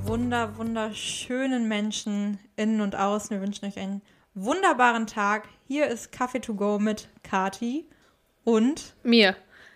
wunderschönen Menschen innen und außen. Wir wünschen euch einen wunderbaren Tag. Hier ist Kaffee to go mit Kati und mir.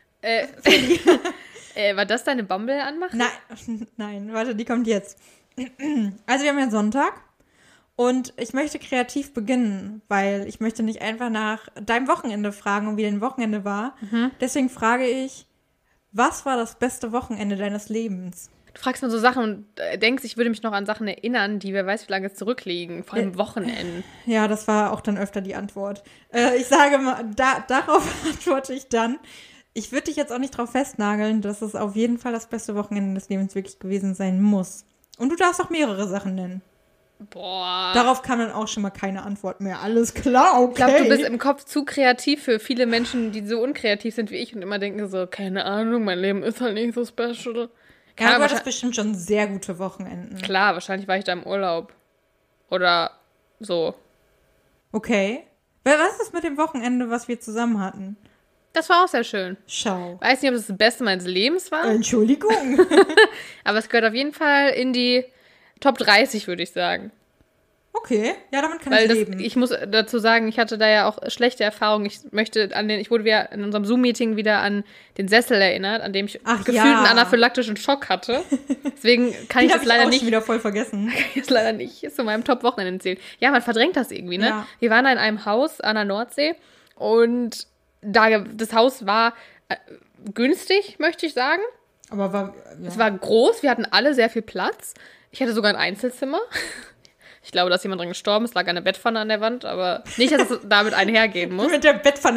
War das deine Bumble-Anmache? Nein, warte, die kommt jetzt. Also wir haben ja Sonntag und ich möchte kreativ beginnen, weil ich möchte nicht einfach nach deinem Wochenende fragen und wie dein Wochenende war. Deswegen frage ich, was war das beste Wochenende deines Lebens? Du fragst mir so Sachen und denkst, ich würde mich noch an Sachen erinnern, die wer weiß wie lange zurückliegen, vor allem Wochenenden. Ja, das war auch dann öfter die Antwort. Ich sage mal, darauf antworte ich dann. Ich würde dich jetzt auch nicht drauf festnageln, dass es auf jeden Fall das beste Wochenende des Lebens wirklich gewesen sein muss. Und du darfst auch mehrere Sachen nennen. Boah. Darauf kam dann auch schon mal keine Antwort mehr. Alles klar, okay. Ich glaube, du bist im Kopf zu kreativ für viele Menschen, die so unkreativ sind wie ich und immer denken so, keine Ahnung, mein Leben ist halt nicht so special. Ja, du hattest bestimmt schon sehr gute Wochenenden. Klar, wahrscheinlich war ich da im Urlaub. Oder so. Okay. Was ist mit dem Wochenende, was wir zusammen hatten? Das war auch sehr schön. Schau. Weiß nicht, ob es das Beste meines Lebens war. Entschuldigung. Aber es gehört auf jeden Fall in die Top 30, würde ich sagen. Okay, ja, damit kann ich leben. Ich muss dazu sagen, ich hatte da ja auch schlechte Erfahrungen. Ich wurde wieder in unserem Zoom-Meeting wieder an den Sessel erinnert, an dem ich gefühlt einen anaphylaktischen Schock hatte. Deswegen kann ich das leider nicht. Wieder voll vergessen. Kann ich das leider nicht zu meinem Top-Wochenende zählen. Ja, man verdrängt das irgendwie, ne? Ja. Wir waren da in einem Haus an der Nordsee und das Haus war günstig, möchte ich sagen. Aber Es war groß, wir hatten alle sehr viel Platz. Ich hatte sogar ein Einzelzimmer. Ich glaube, dass jemand drin gestorben ist, lag eine Bettpfanne an der Wand, aber nicht, dass es damit einhergehen muss. Mit der Bettpfanne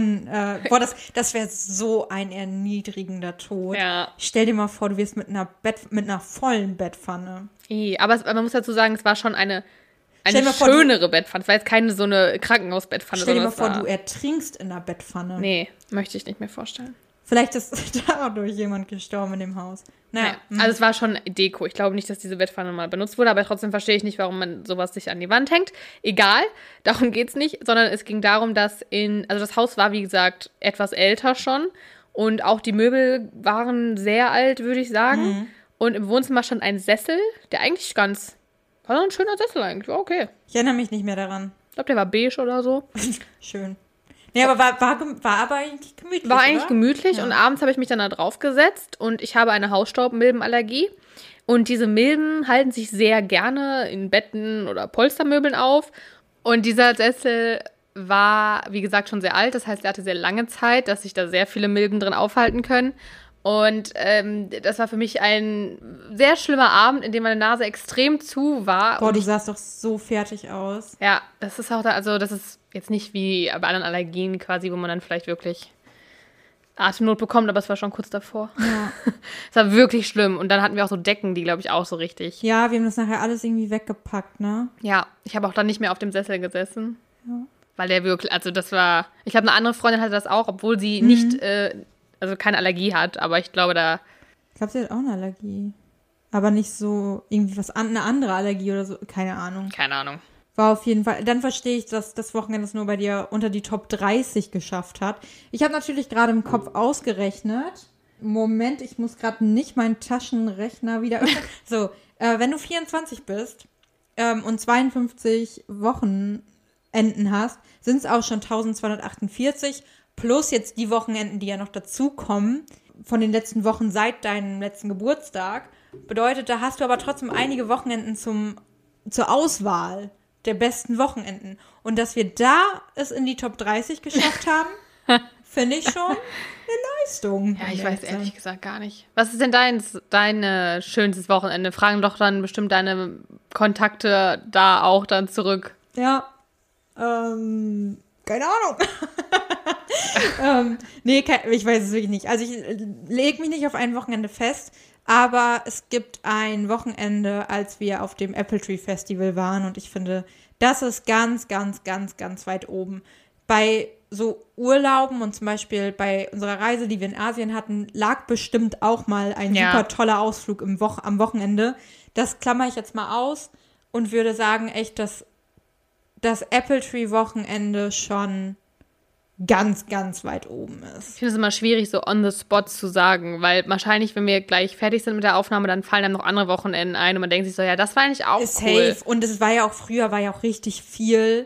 das wäre so ein erniedrigender Tod. Ja. Stell dir mal vor, du wirst mit einer vollen Bettpfanne. Aber man muss dazu sagen, es war schon eine schönere Bettpfanne. Es war jetzt keine so eine Krankenhausbettpfanne. Stell dir mal vor, du ertrinkst in der Bettpfanne. Nee, möchte ich nicht mehr vorstellen. Vielleicht ist dadurch jemand gestorben in dem Haus. Naja. Also es war schon Deko. Ich glaube nicht, dass diese Bettpfanne mal benutzt wurde, aber trotzdem verstehe ich nicht, warum man sowas sich an die Wand hängt. Egal, darum geht's nicht, sondern es ging darum, dass das Haus war, wie gesagt, etwas älter schon und auch die Möbel waren sehr alt, würde ich sagen. Und im Wohnzimmer stand ein Sessel, der eigentlich war so ein schöner Sessel eigentlich, war okay. Ich erinnere mich nicht mehr daran. Ich glaube, der war beige oder so. Schön. Nee, aber war aber eigentlich gemütlich, War eigentlich oder? gemütlich und abends habe ich mich dann da drauf gesetzt und ich habe eine Hausstaubmilbenallergie. Und diese Milben halten sich sehr gerne in Betten oder Polstermöbeln auf. Und dieser Sessel war, wie gesagt, schon sehr alt. Das heißt, er hatte sehr lange Zeit, dass sich da sehr viele Milben drin aufhalten können. Und das war für mich ein sehr schlimmer Abend, in dem meine Nase extrem zu war. Boah, du sahst doch so fertig aus. Ja, das ist auch das ist jetzt nicht wie bei anderen Allergien quasi, wo man dann vielleicht wirklich Atemnot bekommt, aber es war schon kurz davor. Ja. Es war wirklich schlimm. Und dann hatten wir auch so Decken, die, glaube ich, auch so richtig. Ja, wir haben das nachher alles irgendwie weggepackt, ne? Ja, ich habe auch dann nicht mehr auf dem Sessel gesessen. Ja. Weil der wirklich, ich glaube, eine andere Freundin hatte das auch, obwohl sie nicht, keine Allergie hat, aber ich glaube, Ich glaube, sie hat auch eine Allergie. Aber nicht so irgendwie eine andere Allergie oder so. Keine Ahnung. Keine Ahnung. War auf jeden Fall. Dann verstehe ich, dass das Wochenende es nur bei dir unter die Top 30 geschafft hat. Ich habe natürlich gerade im Kopf ausgerechnet. Moment, ich muss gerade nicht meinen Taschenrechner wieder öffnen. So, wenn du 24 bist und 52 Wochenenden hast, sind es auch schon 1248. Plus jetzt die Wochenenden, die ja noch dazukommen, von den letzten Wochen seit deinem letzten Geburtstag. Bedeutet, da hast du aber trotzdem einige Wochenenden zur Auswahl der besten Wochenenden. Und dass wir da es in die Top 30 geschafft haben, finde ich schon eine Leistung. Ja, ich weiß ehrlich gesagt gar nicht. Was ist denn dein schönstes Wochenende? Fragen doch dann bestimmt deine Kontakte da auch dann zurück. Ja, keine Ahnung. Nee, ich weiß es wirklich nicht. Also ich lege mich nicht auf ein Wochenende fest, aber es gibt ein Wochenende, als wir auf dem Apple Tree Festival waren und ich finde, das ist ganz, ganz, ganz, ganz weit oben. Bei so Urlauben und zum Beispiel bei unserer Reise, die wir in Asien hatten, lag bestimmt auch mal ein super toller Ausflug am Wochenende. Das klammer ich jetzt mal aus und würde sagen, echt, dass das Apple Tree Wochenende schon ganz, ganz weit oben ist. Ich finde es immer schwierig, so on the spot zu sagen, weil wahrscheinlich, wenn wir gleich fertig sind mit der Aufnahme, dann fallen dann noch andere Wochenenden ein und man denkt sich so, ja, das war eigentlich auch cool. Safe. Und es war ja auch früher, richtig viel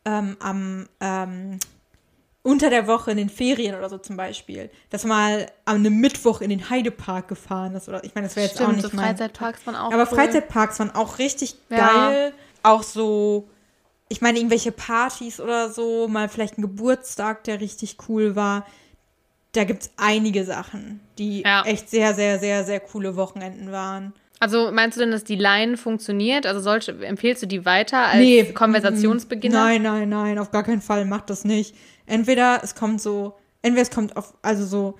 unter der Woche in den Ferien oder so zum Beispiel, dass mal an einem Mittwoch in den Heidepark gefahren ist. Oder ich meine, das wäre jetzt auch nicht so Freizeitparks waren auch aber cool. Freizeitparks waren auch richtig geil. Auch so, ich meine, irgendwelche Partys oder so, mal vielleicht ein Geburtstag, der richtig cool war. Da gibt es einige Sachen, die echt sehr, sehr, sehr, sehr coole Wochenenden waren. Also meinst du denn, dass die Line funktioniert? Also empfiehlst du die weiter als Konversationsbeginner? Nein, auf gar keinen Fall, mach das nicht. Entweder es kommt auf, also so,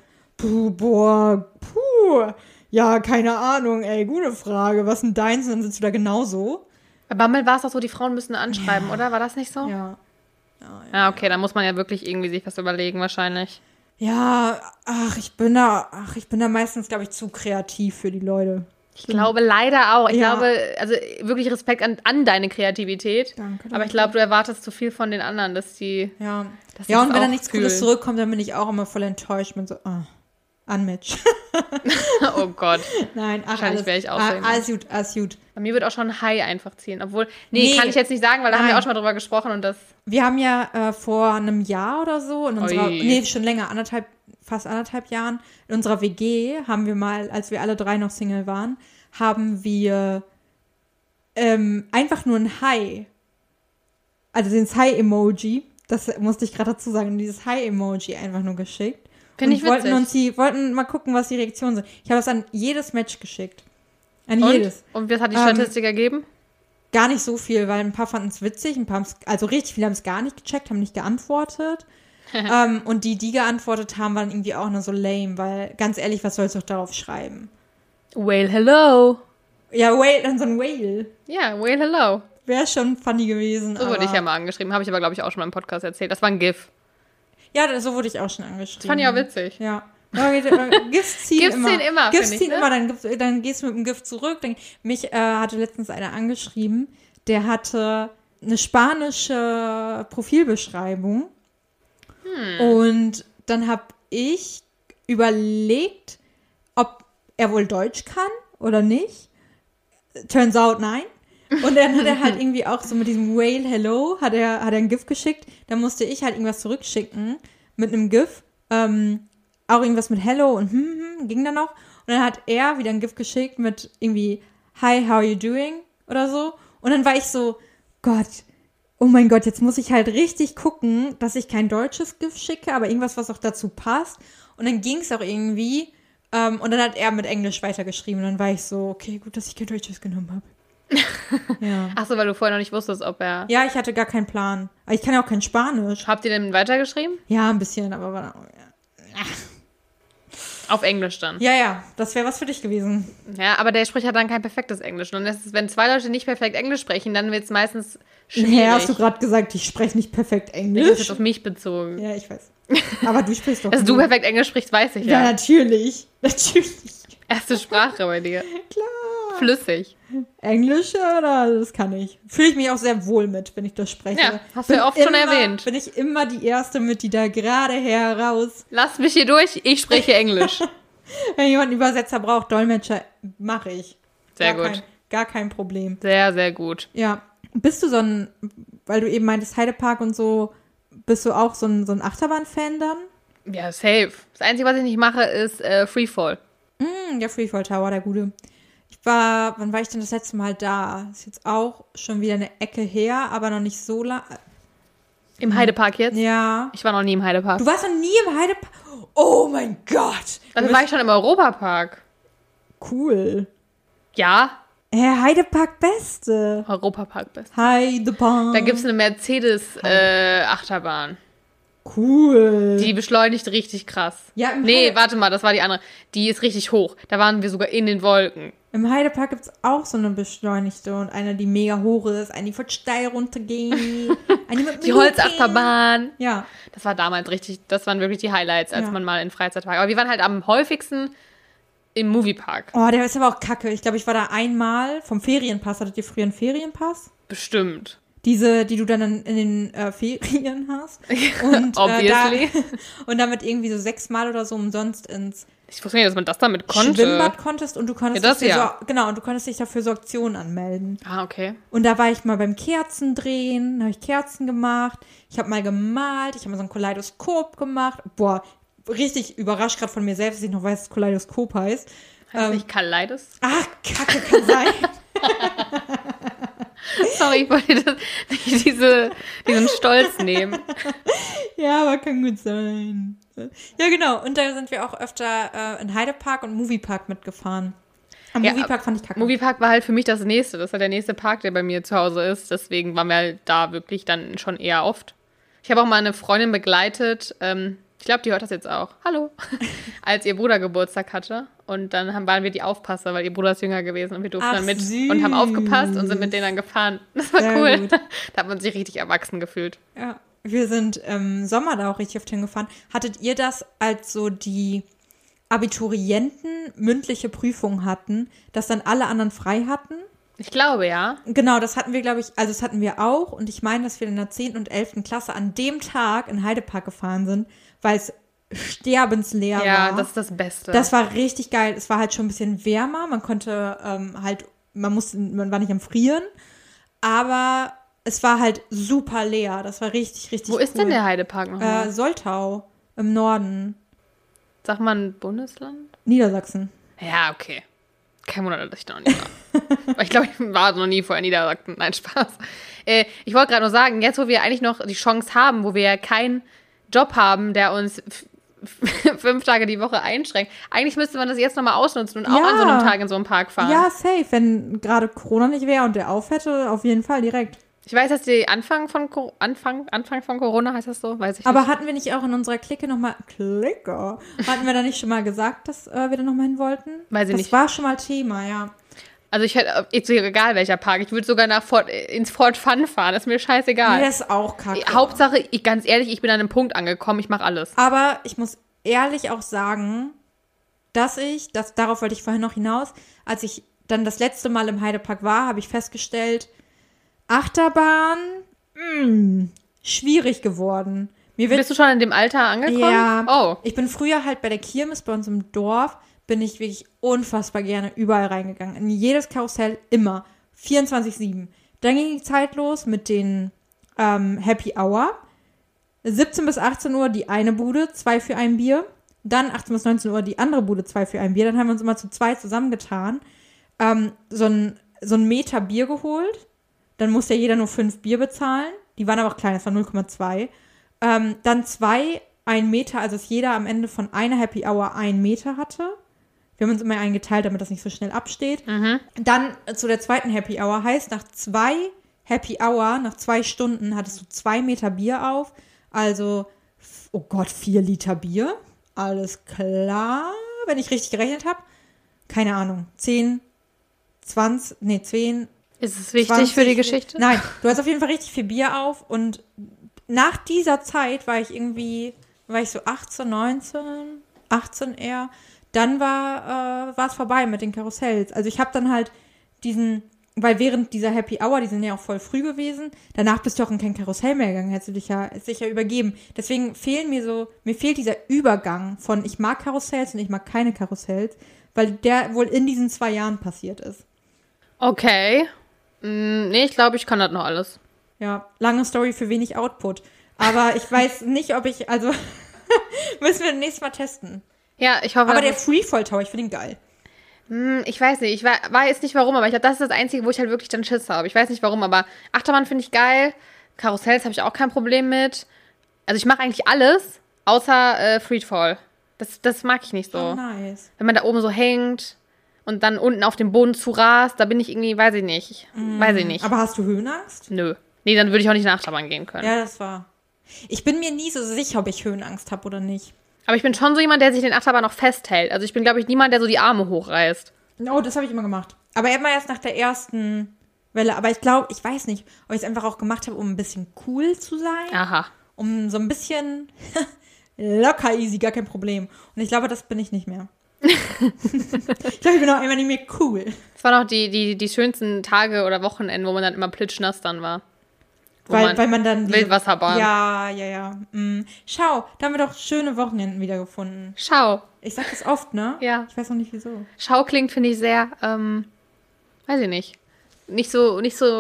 ja, keine Ahnung, ey, gute Frage, was denn deins? Und dann sitzt du da genauso. Bei Bumble war es doch so, die Frauen müssen anschreiben, oder? War das nicht so? Ja. Ja, okay, dann muss man ja wirklich irgendwie sich was überlegen, wahrscheinlich. Ja, ich bin da meistens, glaube ich, zu kreativ für die Leute. Ich glaube leider auch. Ich glaube, also wirklich Respekt an deine Kreativität. Danke. Aber ich glaube, du erwartest zu viel von den anderen, dass die. Ja, und wenn da nichts Cooles zurückkommt, dann bin ich auch immer voll enttäuscht. Bin so, unmatch. Oh Gott. Nein, wahrscheinlich wäre ich auch so. Alles gut. Bei mir wird auch schon High einfach ziehen. Obwohl, kann ich jetzt nicht sagen, weil da haben wir auch schon mal drüber gesprochen und das. Wir haben ja vor einem Jahr oder so schon länger, fast anderthalb Jahren, in unserer WG haben wir mal, als wir alle 3 noch Single waren, haben wir einfach nur ein Hi, also dieses Hi-Emoji, das musste ich gerade dazu sagen, dieses Hi-Emoji einfach nur geschickt. Finde ich witzig. Wollten mal gucken, was die Reaktionen sind. Ich habe das an jedes Match geschickt. Jedes. Und was hat die Statistik ergeben? Gar nicht so viel, weil ein paar fanden es witzig, richtig viele haben es gar nicht gecheckt, haben nicht geantwortet. Und die geantwortet haben, waren irgendwie auch nur so lame, weil, ganz ehrlich, was sollst du doch darauf schreiben? Whale hello. Ja, Whale, dann so ein Whale. Ja, Whale hello. Wäre schon funny gewesen. So wurde ich ja mal angeschrieben, habe ich aber, glaube ich, auch schon mal im Podcast erzählt. Das war ein GIF. Ja, so wurde ich auch schon angeschrieben. Das fand ich auch witzig. Ja. GIFs ziehen immer. GIFs ziehen immer, dann gehst du mit dem GIF zurück. Mich hatte letztens einer angeschrieben, der hatte eine spanische Profilbeschreibung. Und dann habe ich überlegt, ob er wohl Deutsch kann oder nicht. Turns out, nein. Und dann hat er halt irgendwie auch so mit diesem Whale Hello, hat er ein GIF geschickt. Dann musste ich halt irgendwas zurückschicken mit einem GIF. Auch irgendwas mit Hello und ging dann noch. Und dann hat er wieder ein GIF geschickt mit irgendwie Hi, how are you doing? Oder so. Und dann war ich so, Gott, oh mein Gott, jetzt muss ich halt richtig gucken, dass ich kein deutsches GIF schicke, aber irgendwas, was auch dazu passt. Und dann ging es auch irgendwie. Und dann hat er mit Englisch weitergeschrieben. Und dann war ich so, okay, gut, dass ich kein deutsches genommen habe. Ja. Ach so, weil du vorher noch nicht wusstest, ob er... Ja, ich hatte gar keinen Plan. Aber ich kann ja auch kein Spanisch. Habt ihr denn weitergeschrieben? Ja, ein bisschen, aber... Auf Englisch dann? Ja, das wäre was für dich gewesen. Ja, aber der spricht ja dann kein perfektes Englisch. Und wenn 2 Leute nicht perfekt Englisch sprechen, dann wird es meistens schwierig. Ja, hast du gerade gesagt, ich spreche nicht perfekt Englisch? Das ist auf mich bezogen. Ja, ich weiß. Aber du sprichst doch Dass du perfekt Englisch sprichst, weiß ich ja. Ja, natürlich. Erste Sprache bei dir. Klar. Flüssig. Englisch, oder? Das kann ich. Fühle ich mich auch sehr wohl mit, wenn ich das spreche. Ja, hast du ja oft schon erwähnt. Bin ich immer die Erste mit, die da gerade heraus... Lass mich hier durch, ich spreche Englisch. Wenn jemand einen Übersetzer braucht, Dolmetscher, mache ich. Sehr gut. Gar kein Problem. Sehr, sehr gut. Ja. Bist du weil du eben meintest, Heidepark und so, bist du auch so ein Achterbahn-Fan dann? Ja, safe. Das Einzige, was ich nicht mache, ist Freefall. Der Freefall Tower, der gute. Wann war ich denn das letzte Mal da? Ist jetzt auch schon wieder eine Ecke her, aber noch nicht so lang. Im Heidepark jetzt? Ja. Ich war noch nie im Heidepark. Du warst noch nie im Heidepark? Oh mein Gott. Also war ich schon im Europapark. Cool. Ja. Heidepark Beste. Europapark Beste. Heidepark. Da gibt es eine Mercedes-Achterbahn. Cool. Die beschleunigt richtig krass. Ja, warte mal, das war die andere. Die ist richtig hoch. Da waren wir sogar in den Wolken. Im Heidepark gibt es auch so eine beschleunigte und eine, die mega hoch ist, eine, die von steil runtergeht, eine mit die Holzachterbahn. Ja. Das war damals das waren wirklich die Highlights, als man mal in Freizeitpark. Aber wir waren halt am häufigsten im Moviepark. Oh, der ist aber auch kacke. Ich glaube, ich war da einmal vom Ferienpass. Hattet ihr früher einen Ferienpass? Bestimmt. Diese, die du dann in den Ferien hast. Und, Obviously. Und damit irgendwie so 6-mal oder so umsonst ins Ich wusste nicht, dass man das damit konnte. Schwimmbad konntest und du konntest Ja, das ja. und du konntest dich dafür so Aktionen anmelden. Ah, okay. Und da war ich mal beim Kerzendrehen, da habe ich Kerzen gemacht, ich habe mal gemalt, ich habe mal so ein Kaleidoskop gemacht. Boah, richtig überrascht gerade von mir selbst, dass ich noch weiß, dass Kaleidoskop heißt. Heißt nicht Kaleidos? Ach, Kacke, kann sein. Sorry, ich wollte nicht diesen Stolz nehmen. Ja, aber kann gut sein. Ja, genau. Und da sind wir auch öfter in Heidepark und Moviepark mitgefahren. Am Moviepark fand ich kacke. Moviepark war halt für mich das nächste. Das ist halt der nächste Park, der bei mir zu Hause ist. Deswegen waren wir halt da wirklich dann schon eher oft. Ich habe auch mal eine Freundin begleitet. Ich glaube, die hört das jetzt auch. Hallo. Als ihr Bruder Geburtstag hatte. Und dann waren wir die Aufpasser, weil ihr Bruder ist jünger gewesen. Und wir durften dann mit süß. und haben aufgepasst und sind mit denen dann gefahren. Das war Sehr cool. gut. Da hat man sich richtig erwachsen gefühlt. Ja, wir sind im Sommer da auch richtig oft hingefahren. Hattet ihr das, als so die Abiturienten mündliche Prüfungen hatten, dass dann alle anderen frei hatten? Ich glaube, ja. Genau, das hatten wir, glaube ich, also das hatten wir auch. Und ich meine, dass wir in der 10. und 11. Klasse an dem Tag in Heidepark gefahren sind, weil es sterbensleer war. Ja, das ist das Beste. Das war richtig geil. Es war halt schon ein bisschen wärmer. Man konnte man war nicht am Frieren. Aber es war halt super leer. Das war richtig, richtig Wo ist cool. denn der Heidepark nochmal? Soltau im Norden. Sag mal ein Bundesland? Niedersachsen. Ja, okay. Kein Wunder, dass ich da noch nie war. Ich glaube, ich war noch nie vorher in Niedersachsen. Nein, Spaß. Ich wollte gerade nur sagen, jetzt, wo wir eigentlich noch die Chance haben, wo wir ja keinen Job haben, der uns 5 Tage die Woche einschränkt, eigentlich müsste man das jetzt nochmal ausnutzen und auch an so einem Tag in so einem Park fahren. Ja, safe. Wenn gerade Corona nicht wäre und der auf hätte, auf jeden Fall direkt. Ich weiß, dass die Anfang von Corona, heißt das so? Weiß ich Aber nicht. hatten wir nicht auch in unserer Clique nochmal, hatten wir da nicht schon mal gesagt, dass wir da nochmal hin wollten? Weiß ich nicht. Das war schon mal Thema, ja. Also ich hätte, jetzt egal welcher Park, ich würde sogar ins Fort Fun fahren, ist mir scheißegal. Nee, das ist auch kacke. Hauptsache, ganz ehrlich, ich bin an einem Punkt angekommen, ich mache alles. Aber ich muss ehrlich auch sagen, darauf wollte ich vorhin noch hinaus, als ich dann das letzte Mal im Heidepark war, habe ich festgestellt, Achterbahn, schwierig geworden. Bist du schon in dem Alter angekommen? Ja. Oh. Ich bin früher halt bei der Kirmes bei uns im Dorf, bin ich wirklich unfassbar gerne überall reingegangen. In jedes Karussell immer. 24/7. Dann ging die Zeit los mit den Happy Hour. 17 bis 18 Uhr die eine Bude, 2 für ein Bier. Dann 18 bis 19 Uhr die andere Bude, 2 für ein Bier. Dann haben wir uns immer zu 2 zusammengetan. So ein Meter Bier geholt. Dann musste ja jeder nur 5 Bier bezahlen. Die waren aber auch klein, das war 0,2. Dann 2, 1 Meter, also dass jeder am Ende von einer Happy Hour 1 Meter hatte. Wir haben uns immer eingeteilt, damit das nicht so schnell absteht. Mhm. Dann zu der zweiten Happy Hour heißt, nach 2 Happy Hour, nach 2 Stunden hattest du 2 Meter Bier auf. Also, oh Gott, 4 Liter Bier. Alles klar, wenn ich richtig gerechnet habe. Keine Ahnung, 10. Ist es wichtig 20, für die Geschichte? Nein, du hast auf jeden Fall richtig viel Bier auf und nach dieser Zeit war ich so 18, 19, 18 eher. Dann war es vorbei mit den Karussells. Also ich habe dann halt weil während dieser Happy Hour, die sind ja auch voll früh gewesen, danach bist du auch in kein Karussell mehr gegangen, hättest du dich ja übergeben. Deswegen mir fehlt dieser Übergang von ich mag Karussells und ich mag keine Karussells, weil der wohl in diesen 2 Jahren passiert ist. Okay. Nee, ich glaube, ich kann das noch alles. Ja, lange Story für wenig Output. Aber ich weiß nicht, ob ich, also müssen wir nächstes Mal testen. Ja, ich hoffe. Aber der Freefall Tower, ich finde ihn geil. Ich weiß nicht, ich weiß nicht warum, aber ich glaube, das ist das Einzige, wo ich halt wirklich dann Schiss habe. Ich weiß nicht warum, aber Achterbahn finde ich geil. Karussells habe ich auch kein Problem mit. Also ich mache eigentlich alles, außer Freefall. Das mag ich nicht so. Oh, nice. Wenn man da oben so hängt und dann unten auf dem Boden zurast, da bin ich irgendwie, weiß ich nicht. Aber hast du Höhenangst? Nö. Nee, dann würde ich auch nicht in Achterbahn gehen können. Ja, das war. Ich bin mir nie so sicher, ob ich Höhenangst habe oder nicht. Aber ich bin schon so jemand, der sich den Achterbahn noch festhält. Also ich bin, glaube ich, niemand, der so die Arme hochreißt. Oh, das habe ich immer gemacht. Aber immer erst nach der ersten Welle. Aber ich weiß nicht, ob ich es einfach auch gemacht habe, um ein bisschen cool zu sein. Aha. Um so ein bisschen locker easy, gar kein Problem. Und ich glaube, das bin ich nicht mehr. Ich glaube, ich bin auch immer nicht mehr cool. Das waren auch die schönsten Tage oder Wochenenden, wo man dann immer plitschnass dann war. Weil man dann Wildwasserbahn. Ja. Schau, da haben wir doch schöne Wochenenden wieder gefunden. Schau. Ich sag das oft, ne? Ja. Ich weiß noch nicht, wieso. Schau klingt, finde ich, sehr, weiß ich nicht. Nicht so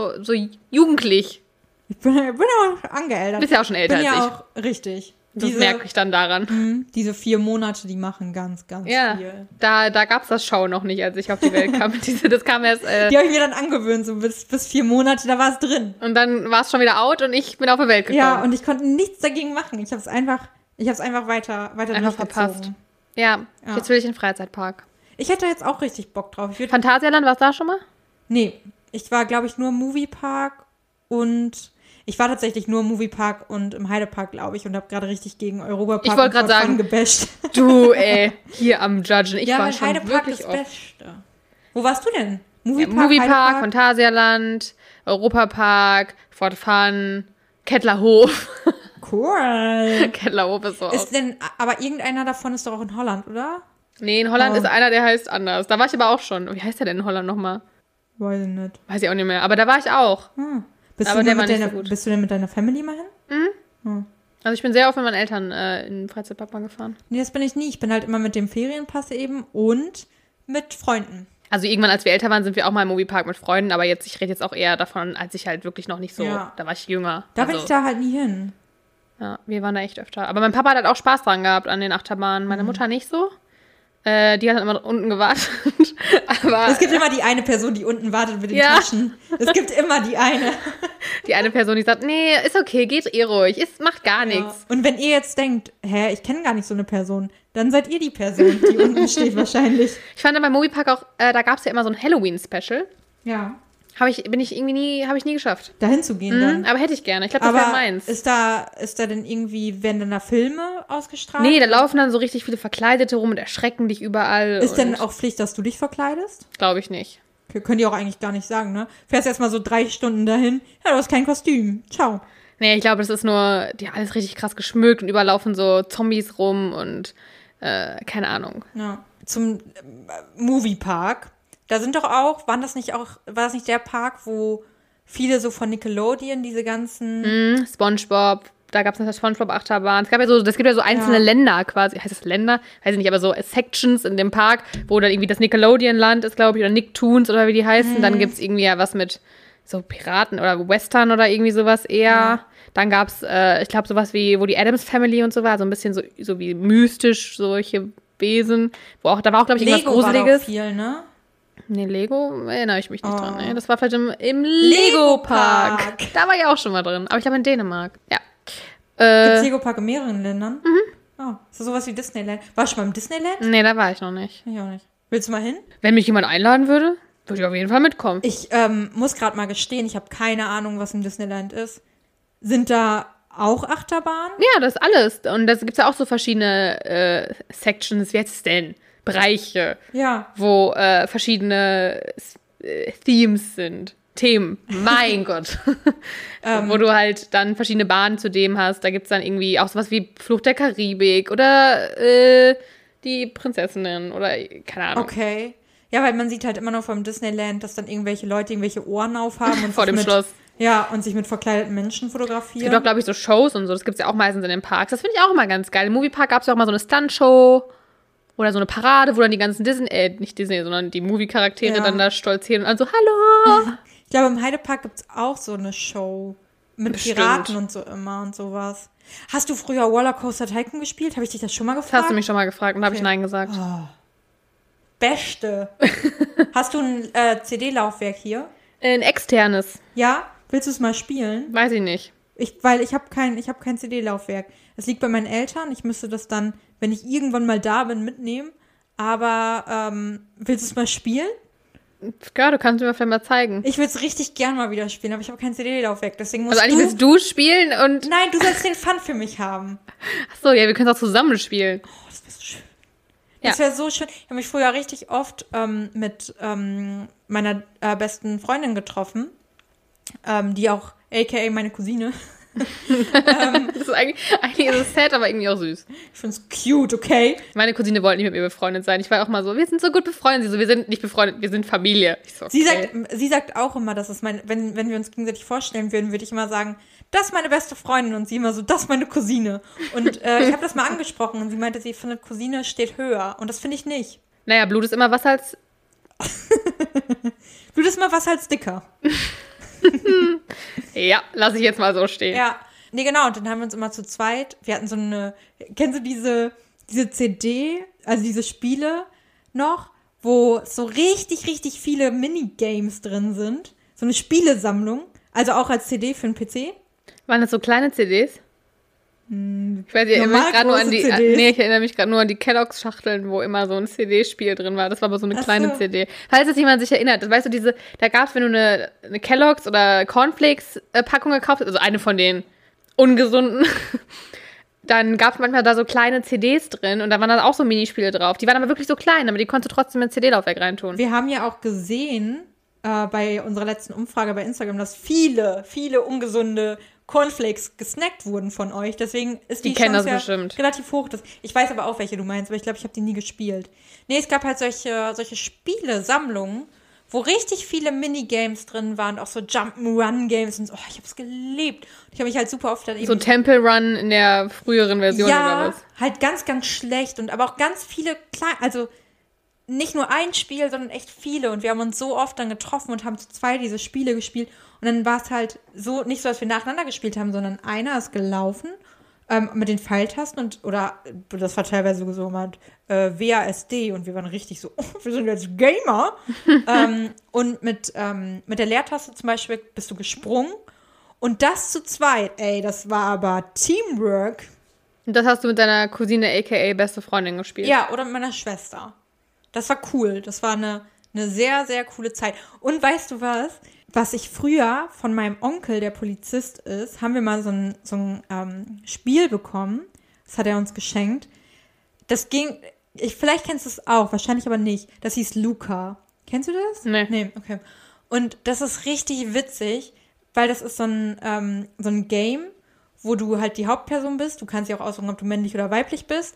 jugendlich. Ich bin auch angeältert. Du bist ja auch schon älter als ich. Auch richtig. Das merke ich dann daran. Diese 4 Monate, die machen ganz, ganz viel. Da gab es das Schau noch nicht, als ich auf die Welt kam. Das kam erst. Die habe ich mir dann angewöhnt, so bis 4 Monate, da war es drin. Und dann war es schon wieder out und ich bin auf die Welt gekommen. Ja, und ich konnte nichts dagegen machen. Ich habe es einfach weiter verpasst. Ja, jetzt will ich in den Freizeitpark. Ich hätte jetzt auch richtig Bock drauf. Phantasialand, warst du da schon mal? Nee, ich war, glaube ich, nur im Moviepark und ich war tatsächlich nur im Moviepark und im Heidepark, glaube ich, und habe gerade richtig gegen Europapark ich wollte gerade sagen, gebasht. Du, hier am Judgen. Ich war schon Heidepark wirklich ist oft. Beste. Wo warst du denn? Moviepark, Phantasialand, Europapark, Fort Fun, Kettlerhof. Cool. Kettlerhof ist so aber irgendeiner davon ist doch auch in Holland, oder? Nee, in Holland ist einer, der heißt anders. Da war ich aber auch schon. Wie heißt der denn in Holland nochmal? Weiß ich nicht. Weiß ich auch nicht mehr. Aber da war ich auch. Bist du denn mit deiner Family mal hin? Also ich bin sehr oft mit meinen Eltern in den Freizeitpark mal gefahren. Nee, das bin ich nie. Ich bin halt immer mit dem Ferienpass eben und mit Freunden. Also irgendwann, als wir älter waren, sind wir auch mal im Moviepark mit Freunden. Aber ich rede jetzt auch eher davon, als ich halt wirklich noch nicht so, da war ich jünger. Da bin ich da halt nie hin. Ja, wir waren da echt öfter. Aber mein Papa hat halt auch Spaß dran gehabt an den Achterbahnen. Meine Mutter nicht so. Die hat dann immer unten gewartet. Aber es gibt immer die eine Person, die unten wartet mit den Taschen. Es gibt immer die eine. Die eine Person, die sagt, nee, ist okay, geht eh ruhig, macht gar nichts. Und wenn ihr jetzt denkt, ich kenne gar nicht so eine Person, dann seid ihr die Person, die unten steht wahrscheinlich. Ich fand beim Moviepark auch, da gab es ja immer so ein Halloween-Special. Ja. Habe ich nie geschafft. Dahin zu gehen dann. Aber hätte ich gerne. Ich glaube, das wäre meins. Ist da denn irgendwie, werden dann da Filme ausgestrahlt? Nee, da laufen dann so richtig viele Verkleidete rum und erschrecken dich überall. Ist denn auch Pflicht, dass du dich verkleidest? Glaube ich nicht. Könnt ihr auch eigentlich gar nicht sagen, ne? Fährst erstmal so 3 Stunden dahin, du hast kein Kostüm. Ciao. Nee, ich glaube, das ist nur, die haben alles richtig krass geschmückt und überall laufen so Zombies rum und keine Ahnung. Ja. Zum Moviepark. Da sind doch auch, war das nicht der Park, wo viele so von Nickelodeon, diese ganzen... SpongeBob, da gab es eine SpongeBob-Achterbahn. Es gibt ja so einzelne Länder quasi, heißt das Länder? Weiß ich nicht, aber so Sections in dem Park, wo dann irgendwie das Nickelodeon-Land ist, glaube ich, oder Nicktoons oder wie die heißen. Dann gibt es irgendwie ja was mit so Piraten oder Western oder irgendwie sowas eher. Ja. Dann gab es, ich glaube, sowas wie, wo die Addams Family und so war, so ein bisschen so wie mystisch, solche Wesen. Da war auch, glaube ich, irgendwas Gruseliges. War doch viel, ne? Nee, Lego erinnere ich mich nicht dran. Nee, das war vielleicht im Lego-Park. Da war ich auch schon mal drin. Aber ich glaube in Dänemark. Ja. Gibt es Lego-Park in mehreren Ländern? Oh, ist das sowas wie Disneyland? Warst du mal im Disneyland? Nee, da war ich noch nicht. Ich auch nicht. Willst du mal hin? Wenn mich jemand einladen würde, würde ich auf jeden Fall mitkommen. Ich muss gerade mal gestehen, ich habe keine Ahnung, was im Disneyland ist. Sind da auch Achterbahnen? Ja, das ist alles. Und da gibt es ja auch so verschiedene Sections. Wie heißt es denn? Bereiche, wo verschiedene Themes sind. Themen, mein Gott. Wo du halt dann verschiedene Bahnen zu dem hast. Da gibt es dann irgendwie auch sowas wie Fluch der Karibik oder die Prinzessinnen oder keine Ahnung. Okay. Ja, weil man sieht halt immer noch vom Disneyland, dass dann irgendwelche Leute irgendwelche Ohren aufhaben. Und vor dem Schloss. Ja, und sich mit verkleideten Menschen fotografieren. Es gibt auch, glaube ich, so Shows und so. Das gibt es ja auch meistens in den Parks. Das finde ich auch immer ganz geil. Im Moviepark gab es ja auch mal so eine Stunt-Show. Oder so eine Parade, wo dann die ganzen nicht Disney, sondern die Movie-Charaktere dann da stolzieren und dann so, hallo! Ich glaube, im Heidepark gibt es auch so eine Show mit Piraten und so immer und sowas. Hast du früher Rollercoaster Tycoon gespielt? Habe ich dich das schon mal gefragt? Das hast du mich schon mal gefragt und habe ich Nein gesagt. Oh. Beste. Hast du ein CD-Laufwerk hier? Ein externes. Ja? Willst du es mal spielen? Weiß ich nicht. Weil ich habe kein CD-Laufwerk. Es liegt bei meinen Eltern. Ich müsste das dann, wenn ich irgendwann mal da bin, mitnehmen. Aber willst du es mal spielen? Ja, du kannst mir vielleicht mal zeigen. Ich will es richtig gern mal wieder spielen, aber ich habe kein CD-Laufwerk. Deswegen also eigentlich willst du spielen und... Nein, du sollst den Fun für mich haben. Achso, ja, wir können es auch zusammen spielen. Oh, das wäre so schön. Das wäre so schön. Ich habe mich früher richtig oft mit meiner besten Freundin getroffen, die auch, a.k.a. meine Cousine, Das ist eigentlich ist es sad, aber irgendwie auch süß. Ich find's cute, okay? Meine Cousine wollte nicht mit mir befreundet sein. Ich war auch mal so, wir sind so gut befreundet. Sie so, wir sind nicht befreundet, wir sind Familie. Ich so, okay. Sie sagt auch immer, dass es wenn wir uns gegenseitig vorstellen würden, würde ich immer sagen, das ist meine beste Freundin und sie immer so, das ist meine Cousine. Und ich habe das mal angesprochen und sie meinte, sie findet Cousine steht höher und das finde ich nicht. Naja, Blut ist immer was als... Blut ist immer was als dicker. Ja, lass ich jetzt mal so stehen. Ja, nee, genau. Und dann haben wir uns immer zu zweit, wir hatten so eine, kennst du diese CD, also diese Spiele noch, wo so richtig, richtig viele Minigames drin sind. So eine Spielesammlung, also auch als CD für den PC. Waren das so kleine CDs? Ich weiß, ich erinnere mich gerade nur an die Kelloggs-Schachteln, wo immer so ein CD-Spiel drin war. Das war aber so eine kleine CD. Falls jetzt jemand sich erinnert, weißt du, da gab es, wenn du eine Kelloggs oder Cornflakes-Packung gekauft hast, also eine von den ungesunden, dann gab es manchmal da so kleine CDs drin und da waren dann auch so Minispiele drauf. Die waren aber wirklich so klein, aber die konntest du trotzdem in CD-Laufwerk reintun. Wir haben ja auch gesehen, bei unserer letzten Umfrage bei Instagram, dass viele, viele ungesunde Cornflakes gesnackt wurden von euch. Deswegen ist die Chance ja relativ hoch. Ich weiß aber auch, welche du meinst, aber ich glaube, ich habe die nie gespielt. Nee, es gab halt solche Spiele-Sammlungen, wo richtig viele Minigames drin waren, auch so Jump'n'Run-Games und so. Oh, ich habe es geliebt. Ich habe mich halt super oft dann eben... So Temple Run in der früheren Version oder was? Halt ganz, ganz schlecht und aber auch ganz viele also nicht nur ein Spiel, sondern echt viele. Und wir haben uns so oft dann getroffen und haben zu zweit diese Spiele gespielt. Und dann war es halt so, nicht so, dass wir nacheinander gespielt haben, sondern einer ist gelaufen mit den Pfeiltasten oder das war teilweise so mit WASD und wir waren richtig so, oh, wir sind jetzt Gamer. Und mit der Leertaste zum Beispiel bist du gesprungen und das zu zweit, das war aber Teamwork. Und das hast du mit deiner Cousine aka beste Freundin gespielt? Ja, oder mit meiner Schwester. Das war cool, das war eine sehr, sehr coole Zeit. Und weißt du was ich früher von meinem Onkel, der Polizist ist, haben wir mal so ein Spiel bekommen. Das hat er uns geschenkt. Das ging, vielleicht kennst du es auch, wahrscheinlich aber nicht. Das hieß Luca. Kennst du das? Nee, okay. Und das ist richtig witzig, weil das ist so ein Game, wo du halt die Hauptperson bist. Du kannst ja auch aussuchen, ob du männlich oder weiblich bist.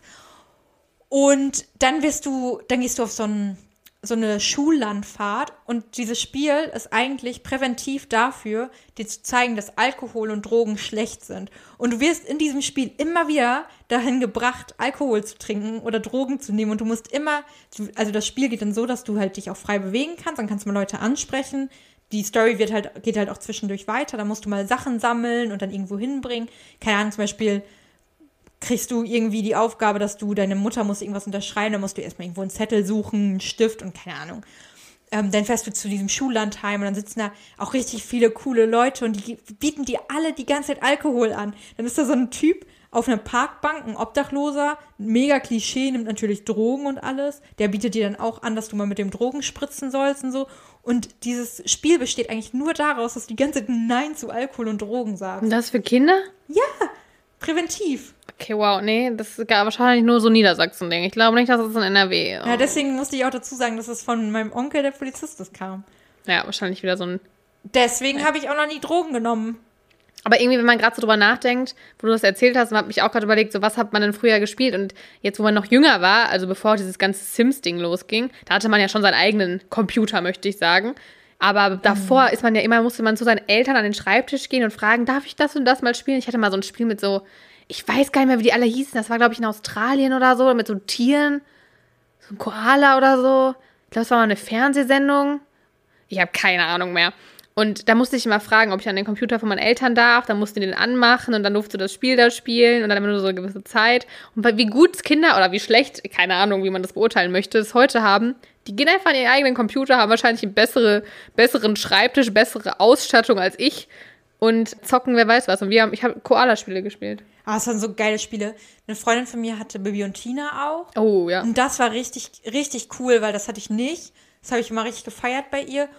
Und dann gehst du auf so eine Schullandfahrt und dieses Spiel ist eigentlich präventiv dafür, dir zu zeigen, dass Alkohol und Drogen schlecht sind. Und du wirst in diesem Spiel immer wieder dahin gebracht, Alkohol zu trinken oder Drogen zu nehmen und du musst also das Spiel geht dann so, dass du halt dich auch frei bewegen kannst, dann kannst du mal Leute ansprechen. Die Story geht halt auch zwischendurch weiter, da musst du mal Sachen sammeln und dann irgendwo hinbringen. Keine Ahnung, zum Beispiel kriegst du irgendwie die Aufgabe, dass deine Mutter muss irgendwas unterschreiben, dann musst du erstmal irgendwo einen Zettel suchen, einen Stift und keine Ahnung. Dann fährst du zu diesem Schullandheim und dann sitzen da auch richtig viele coole Leute und die bieten dir alle die ganze Zeit Alkohol an. Dann ist da so ein Typ auf einer Parkbank, ein Obdachloser, mega Klischee, nimmt natürlich Drogen und alles. Der bietet dir dann auch an, dass du mal mit dem Drogen spritzen sollst und so. Und dieses Spiel besteht eigentlich nur daraus, dass du die ganze Zeit Nein zu Alkohol und Drogen sagst. Und das für Kinder? Ja, präventiv. Okay, wow, nee, das ist wahrscheinlich nur so Niedersachsen-Ding. Ich glaube nicht, dass es in NRW ist. Ja, deswegen musste ich auch dazu sagen, dass es von meinem Onkel, der Polizist ist, kam. Ja, wahrscheinlich wieder so ein... Deswegen habe ich auch noch nie Drogen genommen. Aber irgendwie, wenn man gerade so drüber nachdenkt, wo du das erzählt hast, habe ich auch gerade überlegt, so was hat man denn früher gespielt? Und jetzt, wo man noch jünger war, also bevor dieses ganze Sims-Ding losging, da hatte man ja schon seinen eigenen Computer, möchte ich sagen. Aber davor musste man zu seinen Eltern an den Schreibtisch gehen und fragen, darf ich das und das mal spielen? Ich hatte mal so ein Spiel mit so... Ich weiß gar nicht mehr, wie die alle hießen. Das war, glaube ich, in Australien oder so, mit so Tieren. So ein Koala oder so. Ich glaube, es war mal eine Fernsehsendung. Ich habe keine Ahnung mehr. Und da musste ich immer fragen, ob ich an den Computer von meinen Eltern darf. Dann mussten die den anmachen und dann durfte du das Spiel da spielen und dann immer nur so eine gewisse Zeit. Und wie gut Kinder oder wie schlecht, keine Ahnung, wie man das beurteilen möchte, es heute haben, die gehen einfach an ihren eigenen Computer, haben wahrscheinlich einen besseren Schreibtisch, bessere Ausstattung als ich und zocken, wer weiß was. Und ich habe Koala-Spiele gespielt. Ah, das waren so geile Spiele. Eine Freundin von mir hatte Bibi und Tina auch. Oh, ja. Und das war richtig, richtig cool, weil das hatte ich nicht. Das habe ich immer richtig gefeiert bei ihr.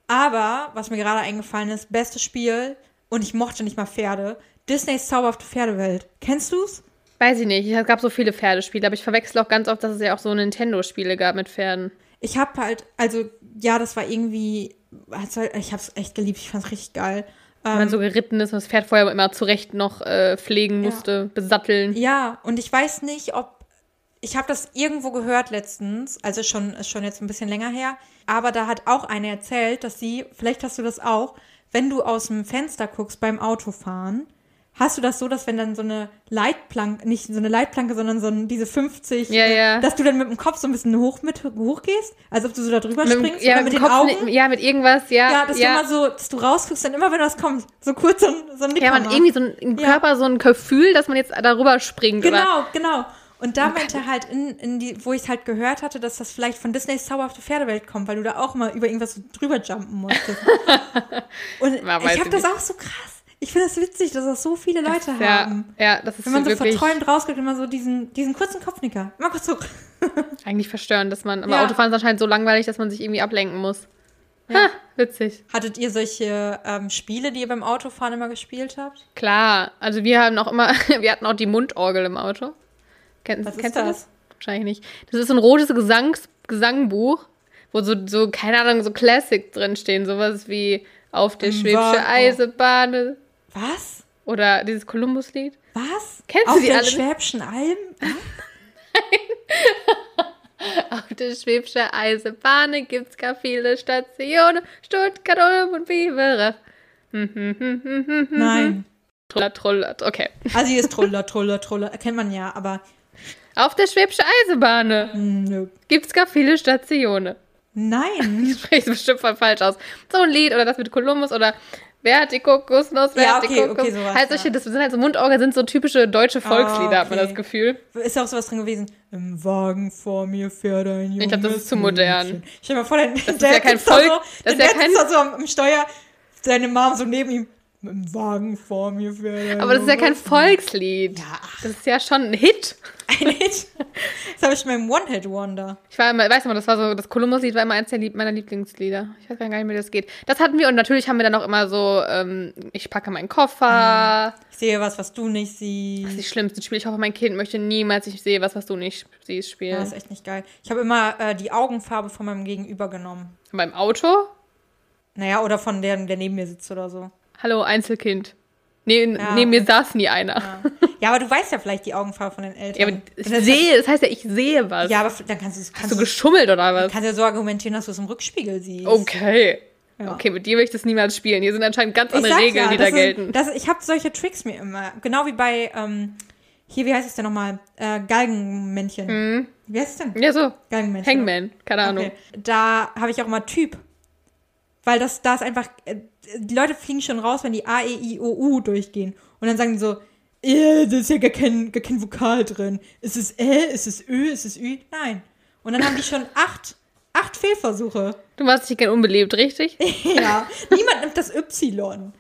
Aber, was mir gerade eingefallen ist, bestes Spiel, und ich mochte nicht mal Pferde, Disneys Zauberhafte Pferdewelt. Kennst du's? Weiß ich nicht. Es gab so viele Pferdespiele, aber ich verwechsel auch ganz oft, dass es ja auch so Nintendo-Spiele gab mit Pferden. Ich habe halt, also, ja, das war irgendwie, ich habe es echt geliebt, ich fand es richtig geil. Wenn man so geritten ist und das Pferd vorher immer zurecht noch pflegen musste, besatteln. Ja, und ich weiß nicht, ich habe das irgendwo gehört letztens, also ist schon jetzt ein bisschen länger her, aber da hat auch eine erzählt, dass vielleicht hast du das auch, wenn du aus dem Fenster guckst beim Autofahren, hast du das so, dass wenn dann so eine Leitplanke, nicht so eine Leitplanke, sondern diese 50, dass du dann mit dem Kopf so ein bisschen hochgehst, als ob du so da drüber springst oder mit den Kopf, Augen? Ja, mit irgendwas, Ja, dass du immer so, dass du rausguckst, dann immer, wenn was kommt, so kurz so ein Nicker Ja, man macht. irgendwie so im Körper so ein Gefühl, dass man jetzt darüber springt. Genau. Und da meinte er halt, wo ich es halt gehört hatte, dass das vielleicht von Disneys Zauberhafte Pferdewelt kommt, weil du da auch mal über irgendwas so drüber jumpen musstest. Und ich habe das auch so krass. Ich finde das witzig, dass das so viele Leute haben. Ja, das ist wenn man so wirklich verträumt rausgeht, immer so diesen kurzen Kopfnicker. Immer kurz so. eigentlich verstörend, dass man, aber Autofahren ist anscheinend so langweilig, dass man sich irgendwie ablenken muss. Ja. Ha, witzig. Hattet ihr solche Spiele, die ihr beim Autofahren immer gespielt habt? Klar, also wir hatten auch die Mundorgel im Auto. Was Kennst du das? Wahrscheinlich nicht. Das ist so ein rotes Gesangbuch, wo so, keine Ahnung, so Classics drinstehen. Sowas wie Auf der Schwäbische Eisenbahn. Was? Oder dieses Kolumbus-Lied. Was? Kennst Auf du die alle? alle? Auf der Schwäbischen Alb? Auf der Schwäbische Eisenbahn gibt's gar viele Stationen. Stuttgart, Ulm und Biberach. Nein. Troller, okay. Also hier ist Troller, kennt man ja, aber... Auf der Schwäbische Eisenbahn gibt's gar viele Stationen. Nein. Ich spreche es bestimmt voll falsch aus. So ein Lied oder das mit Kolumbus oder Wer hat die Kokosnuss, wer hat die Kokos. Okay, sowas, halt solche, das sind halt so Mundorgel, sind so typische deutsche Volkslieder, hat man das Gefühl. Ist ja auch sowas drin gewesen. Im Wagen vor mir fährt ein junges Ich glaube, das ist zu modern. Stell dir mal vor, der ist ja kein Volk. Das ist ja kein so am Steuer, seine Mom so neben ihm. Im Wagen vor mir fährt ein Aber das ist ja kein Volkslied. Ja, das ist ja schon ein Hit. Ein Hit? Das habe ich mit dem One-Hit-Wonder. Weiß noch, das war so, das Columbus-Lied war immer eins meiner Lieblingslieder. Ich weiß gar nicht, wie das geht. Das hatten wir und natürlich haben wir dann auch immer so, ich packe meinen Koffer. Ich sehe was du nicht siehst. Das ist die schlimmste Spiel. Ich hoffe, mein Kind möchte niemals, ich sehe was du nicht siehst, spielen. Ja, das ist echt nicht geil. Ich habe immer die Augenfarbe von meinem Gegenüber genommen. Beim Auto? Naja, oder von der neben mir sitzt oder so. Hallo, Einzelkind. Neben mir saß nie einer. Ja, aber du weißt ja vielleicht die Augenfarbe von den Eltern. Ja, aber das heißt ja, ich sehe was. Ja, aber dann kannst du geschummelt oder was? Kannst ja so argumentieren, dass du es im Rückspiegel siehst. Okay. Ja. Okay, mit dir will ich das niemals spielen. Hier sind anscheinend ganz andere Regeln, die da gelten. Ich habe solche Tricks mir immer. Genau wie bei, hier, wie heißt es denn nochmal? Galgenmännchen. Mhm. Wie heißt es denn? Ja, so. Galgenmännchen. Hangman, keine Ahnung. Okay. Da habe ich auch immer Typ. Weil da ist einfach, die Leute fliegen schon raus, wenn die A, E, I, O, U durchgehen. Und dann sagen die so, da ist ja gar kein Vokal drin. Ist es ist es Ö, ist es Ü? Nein. Und dann haben die schon acht Fehlversuche. Du machst dich gern unbelebt, richtig? Ja. Niemand nimmt das Y.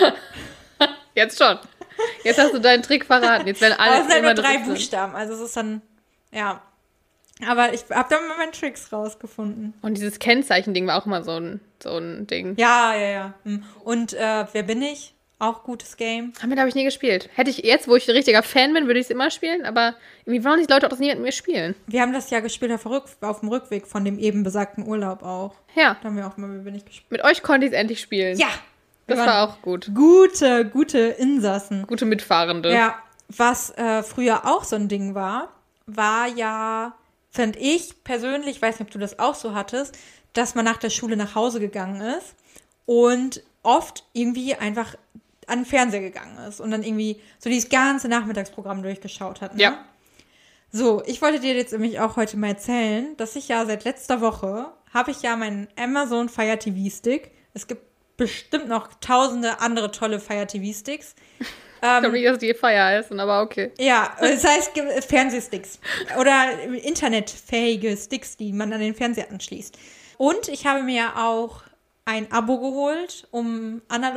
Jetzt schon. Jetzt hast du deinen Trick verraten. Jetzt werden alle. Aber es sind nur 3 Buchstaben. Also es ist dann, ja. Aber ich habe da mal meine Tricks rausgefunden. Und dieses Kennzeichen-Ding war auch immer so ein Ding. Ja. Und wer bin ich? Auch gutes Game. Haben wir, glaube ich, nie gespielt. Hätte ich jetzt, wo ich ein richtiger Fan bin, würde ich es immer spielen. Aber irgendwie wollen die Leute auch das nie mit mir spielen. Wir haben das ja gespielt auf dem Rückweg von dem eben besagten Urlaub auch. Ja. Da haben wir auch mal, wer bin ich gespielt. Mit euch konnte ich es endlich spielen. Ja. Das war auch gut. Gute Insassen. Gute Mitfahrende. Ja. Was früher auch so ein Ding war ja, fand ich persönlich, weiß nicht, ob du das auch so hattest, dass man nach der Schule nach Hause gegangen ist und oft irgendwie einfach an den Fernseher gegangen ist und dann irgendwie so dieses ganze Nachmittagsprogramm durchgeschaut hat. Ne? Ja. So, ich wollte dir jetzt nämlich auch heute mal erzählen, dass ich ja seit letzter Woche habe ich ja meinen Amazon Fire TV Stick. Es gibt bestimmt noch tausende andere tolle Fire TV Sticks. Ich glaube nicht, dass die Fire heißen, aber okay. Ja, das heißt Fernsehsticks oder internetfähige Sticks, die man an den Fernseher anschließt. Und ich habe mir auch ein Abo geholt, um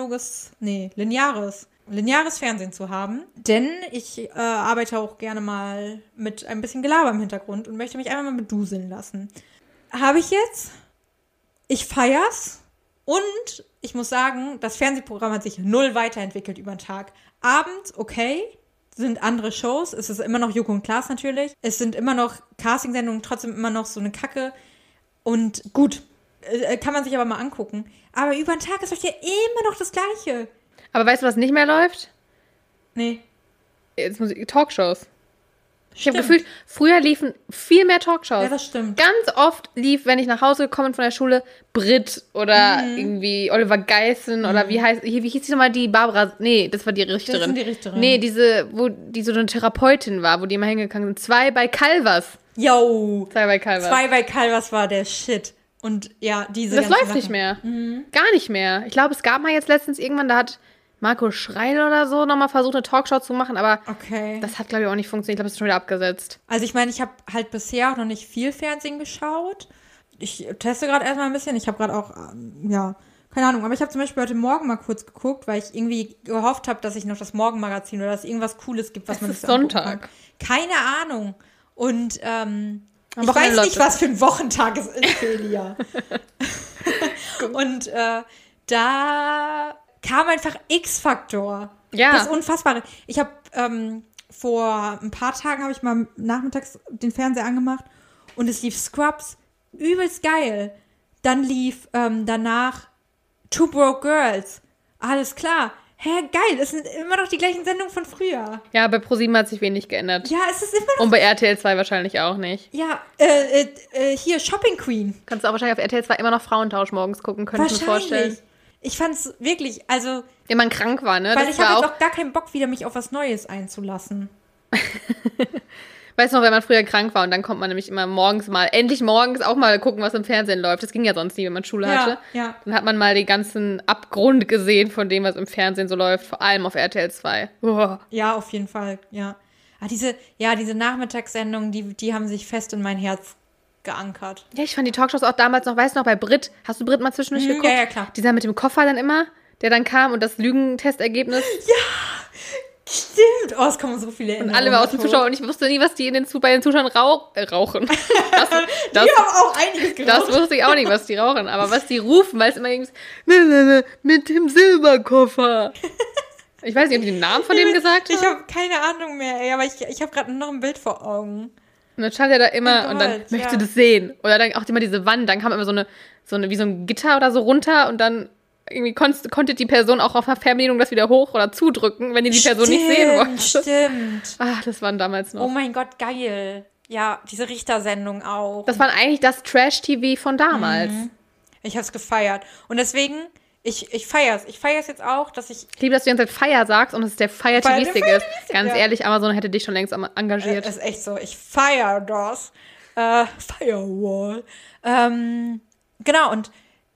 lineares Fernsehen zu haben. Denn ich arbeite auch gerne mal mit ein bisschen Gelaber im Hintergrund und möchte mich einfach mal beduseln lassen. Habe ich jetzt. Ich feier's. Und ich muss sagen, das Fernsehprogramm hat sich 0 weiterentwickelt über den Tag. Abends, okay, sind andere Shows. Es ist immer noch Joko und Klaas natürlich. Es sind immer noch Castingsendungen, trotzdem immer noch so eine Kacke. Und gut, kann man sich aber mal angucken. Aber über den Tag ist doch ja immer noch das Gleiche. Aber weißt du, was nicht mehr läuft? Nee. Jetzt Talkshows. Ich habe Stimmt. gefühlt, früher liefen viel mehr Talkshows. Ja, das stimmt. Ganz oft lief, wenn ich nach Hause gekommen bin von der Schule, Brit oder irgendwie Oliver Geissen oder wie hieß die nochmal, die Barbara, nee, das war die Richterin. Das sind die Richterin. Nee, die so eine Therapeutin war, wo die immer hingegangen sind. 2 bei Calvas. Yo. 2 bei Calvas. 2 bei Calvas war der Shit. Und ja, diese Das ganzen läuft nicht Sachen. mehr. Gar nicht mehr. Ich glaube, es gab mal jetzt letztens irgendwann, da hat Marco Schreil oder so nochmal versucht, eine Talkshow zu machen, aber Okay. das hat, glaube ich, auch nicht funktioniert. Ich glaube, es ist schon wieder abgesetzt. Also ich meine, ich habe halt bisher auch noch nicht viel Fernsehen geschaut. Ich teste gerade erstmal ein bisschen. Ich habe gerade auch, keine Ahnung. Aber ich habe zum Beispiel heute Morgen mal kurz geguckt, weil ich irgendwie gehofft habe, dass ich noch das Morgenmagazin oder dass es irgendwas Cooles gibt, was Es man ist sich so angucken Sonntag. kann. Keine Ahnung. Und ich Wochenende weiß läuft nicht, es. was für ein Wochentag es ist, Celia. Und da kam einfach X-Faktor. Ja. Das Unfassbare. Ich habe vor ein paar Tagen habe ich mal nachmittags den Fernseher angemacht und es lief Scrubs. Übelst geil. Dann lief danach Two Broke Girls. Alles klar. Hä, geil. Es sind immer noch die gleichen Sendungen von früher. Ja, bei ProSieben hat sich wenig geändert. Ja, es ist immer noch. Und bei RTL 2 wahrscheinlich auch nicht. Ja, hier Shopping Queen. Kannst du auch wahrscheinlich auf RTL 2 immer noch Frauentausch morgens gucken, könnte ich mir vorstellen. Wahrscheinlich. Ich fand's wirklich, also, Wenn man krank war, ne? weil Das ich war habe auch, jetzt auch gar keinen Bock, wieder mich auf was Neues einzulassen. weißt du noch, wenn man früher krank war und dann kommt man nämlich immer endlich morgens auch mal gucken, was im Fernsehen läuft. Das ging ja sonst nie, wenn man Schule hatte. Ja. Dann hat man mal den ganzen Abgrund gesehen von dem, was im Fernsehen so läuft, vor allem auf RTL 2. Uah. Ja, auf jeden Fall, ja. Aber diese Nachmittagssendungen, die haben sich fest in mein Herz geankert. Ja, ich fand die Talkshows auch damals noch, weißt du noch, bei Brit. Hast du Brit mal zwischendurch geguckt? Ja, klar. Dieser mit dem Koffer dann immer, der dann kam und das Lügentestergebnis. Stimmt. Oh, es kommen so viele Und Erinnerungen. alle waren aus dem hoch. Zuschauer und ich wusste nie, was die bei den Zuschauern rauchen. Die haben auch einiges geraucht. Das wusste ich auch nicht, was die rauchen. Aber was die rufen, weil es immer irgendwie so, mit dem Silberkoffer. Ich weiß nicht, ob ich den Namen von dem gesagt Ich habe. habe keine Ahnung mehr, ey, aber ich habe gerade noch ein Bild vor Augen. Und dann stand er da immer Oh und dann, Gott, möchtest ja. du das sehen? Oder dann auch immer diese Wand, dann kam immer so eine wie so ein Gitter oder so runter und dann irgendwie konnte die Person auch auf einer Fernbedienung das wieder hoch oder zudrücken, wenn die Person nicht sehen wollte. Stimmt. Ach, das waren damals noch. Oh mein Gott, geil. Ja, diese Richter-Sendung auch. Das war eigentlich das Trash-TV von damals. Ich habe es gefeiert. Und deswegen, ich feier's. Ich feier's jetzt auch, dass ich Ich liebe, dass du die ganze Zeit Feier sagst und dass es der Weil Feier-TV-Stick der ist. Fire-TV-Stick, Ganz ja. ehrlich, Amazon hätte dich schon längst engagiert. Das ist echt so. Ich feier das. Firewall. Genau, und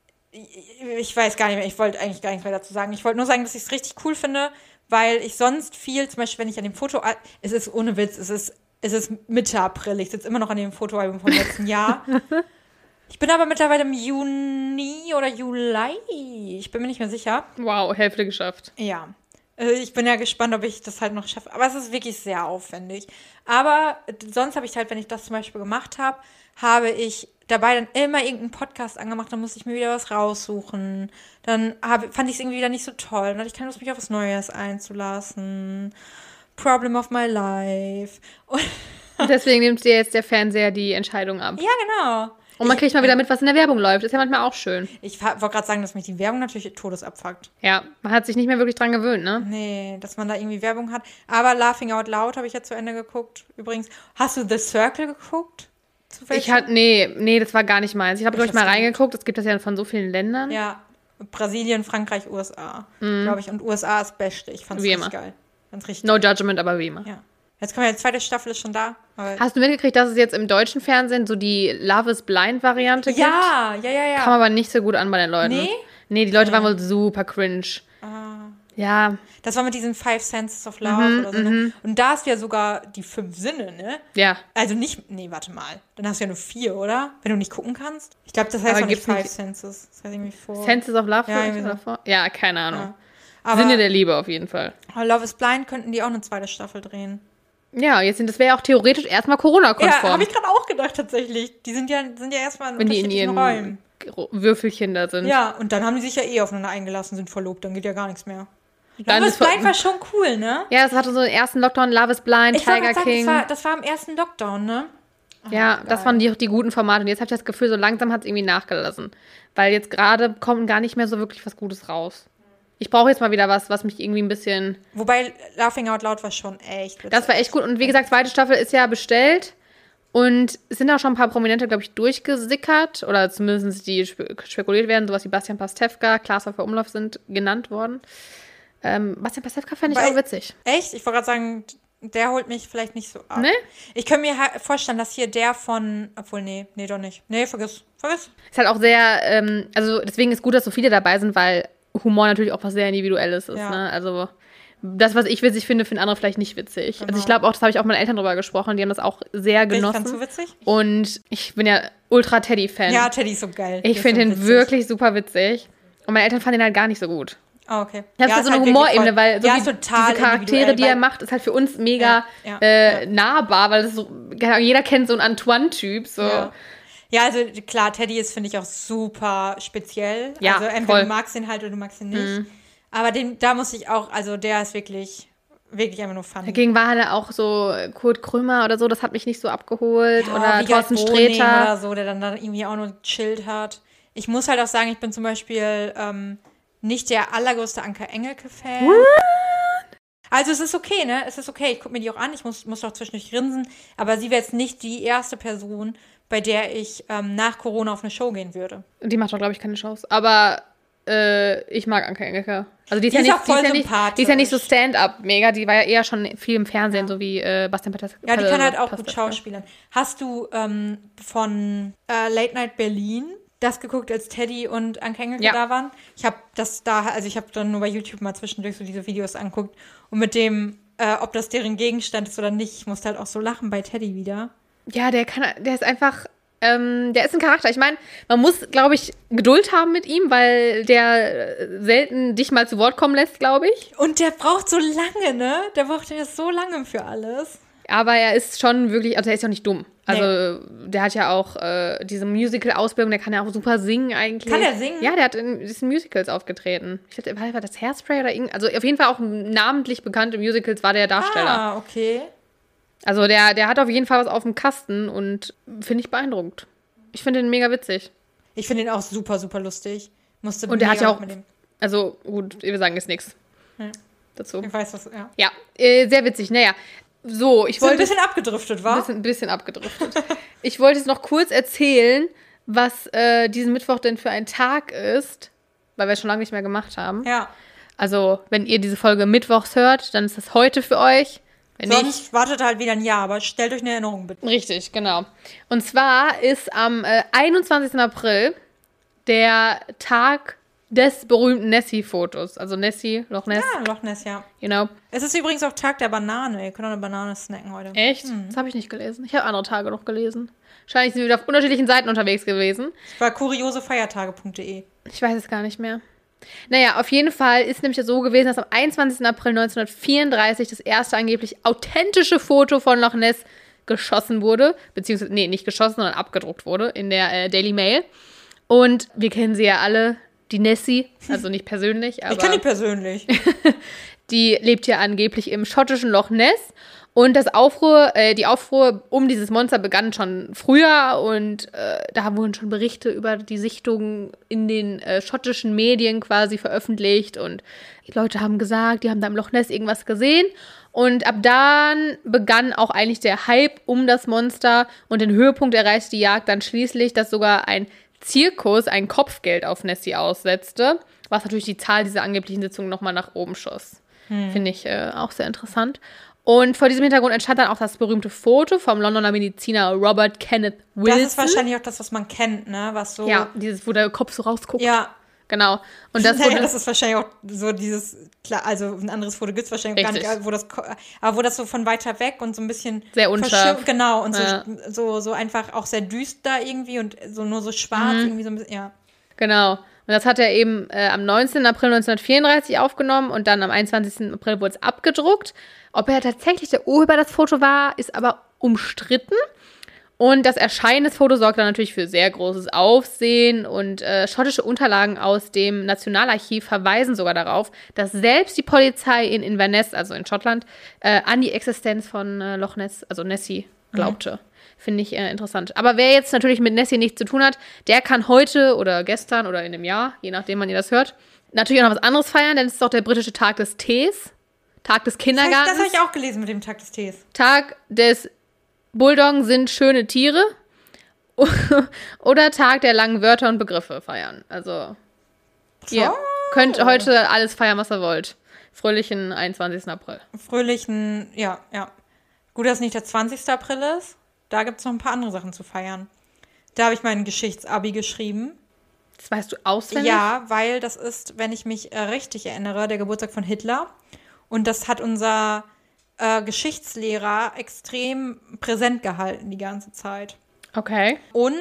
ich weiß gar nicht mehr, ich wollte eigentlich gar nichts mehr dazu sagen. Ich wollte nur sagen, dass ich es richtig cool finde, weil ich sonst viel, zum Beispiel, wenn ich an dem Foto, es ist ohne Witz, es ist Mitte April, ich sitze immer noch an dem Fotoalbum vom letzten Jahr. Ich bin aber mittlerweile im Juni oder Juli, ich bin mir nicht mehr sicher. Wow, Hälfte geschafft. Ja, ich bin ja gespannt, ob ich das halt noch schaffe. Aber es ist wirklich sehr aufwendig. Aber sonst habe ich halt, wenn ich das zum Beispiel gemacht habe, habe ich dabei dann immer irgendeinen Podcast angemacht, dann musste ich mir wieder was raussuchen. Dann fand ich es irgendwie wieder nicht so toll. Dann hatte ich keine Lust, mich auf was Neues einzulassen. Problem of my life. Und Und deswegen nimmt dir jetzt der Fernseher die Entscheidung ab. ja, genau. Und man kriegt mal wieder mit, was in der Werbung läuft. Ist ja manchmal auch schön. Ich wollte gerade sagen, dass mich die Werbung natürlich todesabfuckt. Ja, man hat sich nicht mehr wirklich dran gewöhnt, ne? Nee, dass man da irgendwie Werbung hat. Aber Laughing Out Loud habe ich ja zu Ende geguckt. Übrigens, hast du The Circle geguckt? Zufällig? Nee, das war gar nicht meins. Ich habe, glaube ich, hab's mal reingeguckt. Es gibt das ja von so vielen Ländern. Ja, Brasilien, Frankreich, USA, glaube ich. Und USA ist Beste. Ich fand's Wie richtig immer. geil. Fand's richtig No geil. Judgment, aber wie immer. Ja. Jetzt kommen wir, die zweite Staffel ist schon da. Aber Hast du mitgekriegt, dass es jetzt im deutschen Fernsehen so die Love is Blind Variante gibt? ja. Kam aber nicht so gut an bei den Leuten. Nee? Nee, die Leute waren wohl super cringe. Ja, Das war mit diesen 5 Senses of Love oder so. Ne? Und da hast du ja sogar die 5 Sinne, ne? ja. Also nicht, nee, warte mal. Dann hast du ja nur 4, oder? Wenn du nicht gucken kannst. Ich glaube, das heißt Aber auch nicht gibt's 5 nicht- Senses. Das heißt irgendwie 4. Senses of Love Ja, vielleicht irgendwie so. davor? Ja, keine Ahnung. Ja. Aber Sinne der Liebe auf jeden Fall. Love is Blind könnten die auch eine zweite Staffel drehen. Ja, das wäre ja auch theoretisch erstmal Ja, Corona-konform, habe ich gerade auch gedacht, tatsächlich. Die sind ja erstmal in wenn die in unterschiedlichen ihren Räumen. Würfelchen da sind. Ja, und dann haben die sich ja aufeinander eingelassen, sind verlobt, dann geht ja gar nichts mehr. Dann Love is ist ver- Blind war schon cool, ne? Ja, das hatte so den ersten Lockdown, Love is Blind, Ich wollte Tiger gerade King. sagen, das war im ersten Lockdown, ne? Ja, das waren die guten Formate. Und jetzt habe ich das Gefühl, so langsam hat es irgendwie nachgelassen. Weil jetzt gerade kommt gar nicht mehr so wirklich was Gutes raus. ich brauche jetzt mal wieder was mich irgendwie ein bisschen... Wobei Laughing Out Loud war schon echt witzig. Das war echt gut. Und wie gesagt, zweite Staffel ist ja bestellt. Und es sind auch schon ein paar Prominente, glaube ich, durchgesickert. Oder zumindest die spekuliert werden. Sowas wie Bastian Pastewka, Klaas Häufer Umlauf sind genannt worden. Bastian Pastewka fand ich auch witzig. Echt? Ich wollte gerade sagen, der holt mich vielleicht nicht so ab. Ne? Ich könnte mir vorstellen, dass hier der von... Obwohl, nee, doch nicht. Nee, vergiss. Ist halt auch sehr... also deswegen ist gut, dass so viele dabei sind, weil Humor natürlich auch was sehr Individuelles ist. Ja. Ne? Also das, was ich witzig finde, finden andere vielleicht nicht witzig. Genau. Also ich glaube auch, das habe ich auch mit meinen Eltern drüber gesprochen, die haben das auch sehr genossen. Fandst du witzig? Und ich bin ja ultra Teddy-Fan. Ja, Teddy ist so geil. Ich finde ihn wirklich super witzig. Und meine Eltern fanden ihn halt gar nicht so gut. Oh, okay. Das ist so eine Humorebene, weil so ja, wie total diese Charaktere, die er macht, ist halt für uns mega nahbar, weil das so, jeder kennt so einen Antoine-Typ. So. Ja, also klar, Teddy ist, finde ich, auch super speziell. Ja, also entweder du magst ihn halt oder du magst ihn nicht. Aber da muss ich auch, also der ist wirklich einfach nur funny. Dagegen war halt auch so Kurt Krömer oder so, das hat mich nicht so abgeholt. Ja, oder Thorsten Sträter. Oder so, der dann irgendwie auch nur chillt hat. Ich muss halt auch sagen, ich bin zum Beispiel nicht der allergrößte Anke Engelke-Fan. Also es ist okay, ne? Es ist okay, ich gucke mir die auch an, ich muss auch zwischendurch grinsen. Aber sie wäre jetzt nicht die erste Person, bei der ich nach Corona auf eine Show gehen würde. Die macht doch, glaube ich, keine Shows. Aber ich mag Anke Engelke. Also die ist ja nicht so Stand-up mega, die war ja eher schon viel im Fernsehen, so wie Bastian Pastewka. Ja, die kann halt auch gut schauspielern. Hast du von Late Night Berlin das geguckt, als Teddy und Anke Engelke da waren? Ich habe dann nur bei YouTube mal zwischendurch so diese Videos angeguckt. Und mit dem, ob das deren Gegenstand ist oder nicht, ich musste halt auch so lachen bei Teddy wieder. Ja, der ist einfach, der ist ein Charakter. Ich meine, man muss, glaube ich, Geduld haben mit ihm, weil der selten dich mal zu Wort kommen lässt, glaube ich. Und der braucht so lange, ne? Der braucht ja so lange für alles. Aber er ist schon wirklich, also er ist ja nicht dumm. Also der hat ja auch diese Musical-Ausbildung, der kann ja auch super singen eigentlich. Kann er singen? Ja, der hat in diesen Musicals aufgetreten. Ich glaube, war das Hairspray oder irgend? Also auf jeden Fall auch namentlich bekannte Musicals war der Darsteller. Ah, okay. Also der hat auf jeden Fall was auf dem Kasten und finde ich beeindruckend. Ich finde ihn mega witzig. Ich finde ihn auch super, super lustig. Und der hat ja auch, also gut, wir sagen jetzt nichts dazu. Ich weiß was, ja. Ja, sehr witzig. Naja, so, ich wollte... ein bisschen abgedriftet, wa? Ein bisschen abgedriftet. Ich wollte jetzt noch kurz erzählen, was diesen Mittwoch denn für ein Tag ist, weil wir es schon lange nicht mehr gemacht haben. Ja. Also, wenn ihr diese Folge mittwochs hört, dann ist das heute für euch. Wenn Sonst nicht, wartet halt wieder ein Jahr, aber stellt euch eine Erinnerung bitte. Richtig, genau. Und zwar ist am 21. April der Tag des berühmten Nessie-Fotos. Also Nessie, Loch Ness. Ja, Loch Ness, ja. Genau. Es ist übrigens auch Tag der Banane. Ihr könnt auch eine Banane snacken heute. Echt? Das habe ich nicht gelesen. Ich habe andere Tage noch gelesen. Wahrscheinlich sind wir wieder auf unterschiedlichen Seiten unterwegs gewesen. Es war kuriosefeiertage.de. Ich weiß es gar nicht mehr. Naja, auf jeden Fall ist nämlich so gewesen, dass am 21. April 1934 das erste angeblich authentische Foto von Loch Ness geschossen wurde. Beziehungsweise, nee, nicht geschossen, sondern abgedruckt wurde in der Daily Mail. Und wir kennen sie ja alle. Die Nessie, also nicht persönlich, aber... Ich kenne die persönlich. Die lebt ja angeblich im schottischen Loch Ness. Und die Aufruhr um dieses Monster begann schon früher. Und da wurden schon Berichte über die Sichtungen in den schottischen Medien quasi veröffentlicht. Und die Leute haben gesagt, die haben da im Loch Ness irgendwas gesehen. Und ab dann begann auch eigentlich der Hype um das Monster. Und den Höhepunkt erreichte die Jagd dann schließlich, dass sogar ein Zirkus ein Kopfgeld auf Nessie aussetzte, was natürlich die Zahl dieser angeblichen Sitzungen nochmal nach oben schoss. Finde ich auch sehr interessant. Und vor diesem Hintergrund entstand dann auch das berühmte Foto vom Londoner Mediziner Robert Kenneth Wilson. Das ist wahrscheinlich auch das, was man kennt, ne? Was so... Ja, wo der Kopf so rausguckt. Ja. Genau. Und das, das ist wahrscheinlich auch so dieses, klar, also ein anderes Foto gibt es wahrscheinlich gar nicht, aber wo das so von weiter weg und so ein bisschen sehr unscharf. Genau, und so einfach auch sehr düster irgendwie und so nur so schwarz irgendwie so ein bisschen, ja. Genau. Und das hat er eben am 19. April 1934 aufgenommen und dann am 21. April wurde es abgedruckt. Ob er tatsächlich der Urheber das Foto war, ist aber umstritten. Und das Erscheinen des Fotos sorgte natürlich für sehr großes Aufsehen und schottische Unterlagen aus dem Nationalarchiv verweisen sogar darauf, dass selbst die Polizei in Inverness, also in Schottland, an die Existenz von Loch Ness, also Nessie, glaubte. Finde ich interessant. Aber wer jetzt natürlich mit Nessie nichts zu tun hat, der kann heute oder gestern oder in einem Jahr, je nachdem wann ihr das hört, natürlich auch noch was anderes feiern, denn es ist doch der britische Tag des Tees. Tag des Kindergartens. Das habe ich auch gelesen mit dem Tag des Tees. Tag des Bulldoggen sind schöne Tiere. Oder Tag der langen Wörter und Begriffe feiern. Also, ihr könnt heute alles feiern, was ihr wollt. Fröhlichen 21. April. Fröhlichen, ja. Gut, dass nicht der 20. April ist. Da gibt es noch ein paar andere Sachen zu feiern. Da habe ich mein Geschichtsabi geschrieben. Das weißt du auswendig? Ja, weil das ist, wenn ich mich richtig erinnere, der Geburtstag von Hitler. Und das hat unser Geschichtslehrer extrem präsent gehalten die ganze Zeit. Okay. Und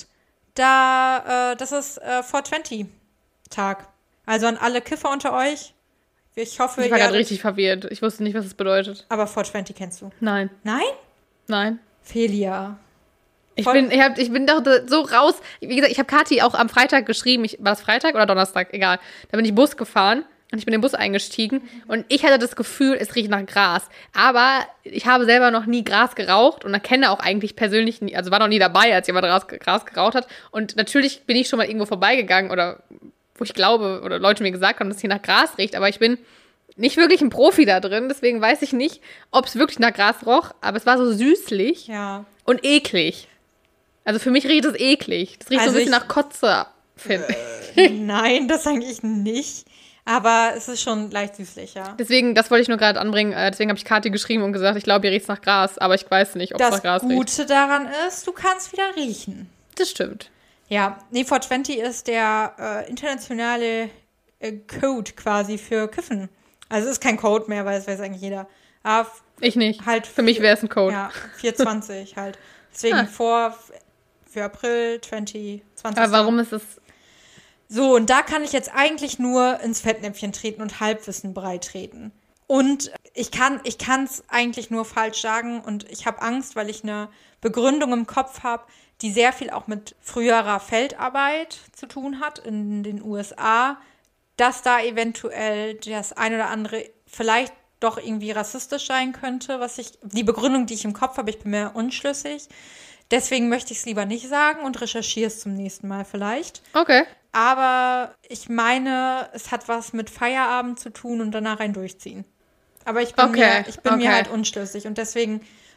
das ist 420-Tag. Also an alle Kiffer unter euch. Ich hoffe, Ich war gerade richtig verwirrt. Ich wusste nicht, was es bedeutet. Aber 420 kennst du? Nein. Nein? Felia. Ich bin doch so raus. Wie gesagt, ich habe Kathi auch am Freitag geschrieben. War das Freitag oder Donnerstag? Egal. Da bin ich Bus gefahren und ich bin in den Bus eingestiegen. Und ich hatte das Gefühl, es riecht nach Gras. Aber ich habe selber noch nie Gras geraucht und kenne auch eigentlich persönlich nie, also war noch nie dabei, als jemand Gras geraucht hat. Und natürlich bin ich schon mal irgendwo vorbeigegangen oder wo ich glaube, oder Leute mir gesagt haben, dass es hier nach Gras riecht. Aber ich bin nicht wirklich ein Profi da drin. Deswegen weiß ich nicht, ob es wirklich nach Gras roch. Aber es war so süßlich und eklig. Also für mich riecht es eklig. Das riecht so ein bisschen nach Kotze, finde ich. Nein, das eigentlich nicht. Aber es ist schon leicht süßlich, ja. Deswegen, das wollte ich nur gerade anbringen. Deswegen habe ich Kathi geschrieben und gesagt, ich glaube, ihr riecht nach Gras. Aber ich weiß nicht, ob es nach Gras riecht. Das Gute daran ist, du kannst wieder riechen. Das stimmt. Ja, 420 ist der internationale Code quasi für Kiffen. Also es ist kein Code mehr, weil es weiß eigentlich jeder. Aber ich nicht. Halt für mich wäre es ein Code. Ja, 420 halt. Deswegen für April 2020. Aber warum ist es... So, und da kann ich jetzt eigentlich nur ins Fettnäpfchen treten und Halbwissen breitreten. Und ich kann es eigentlich nur falsch sagen und ich habe Angst, weil ich eine Begründung im Kopf habe, die sehr viel auch mit früherer Feldarbeit zu tun hat in den USA, dass da eventuell das ein oder andere vielleicht doch irgendwie rassistisch sein könnte, die Begründung, die ich im Kopf habe, ich bin mir unschlüssig. Deswegen möchte ich es lieber nicht sagen und recherchiere es zum nächsten Mal vielleicht. Okay. Aber ich meine, es hat was mit Feierabend zu tun und danach ein Durchziehen. Aber ich bin mir halt unschlüssig und deswegen,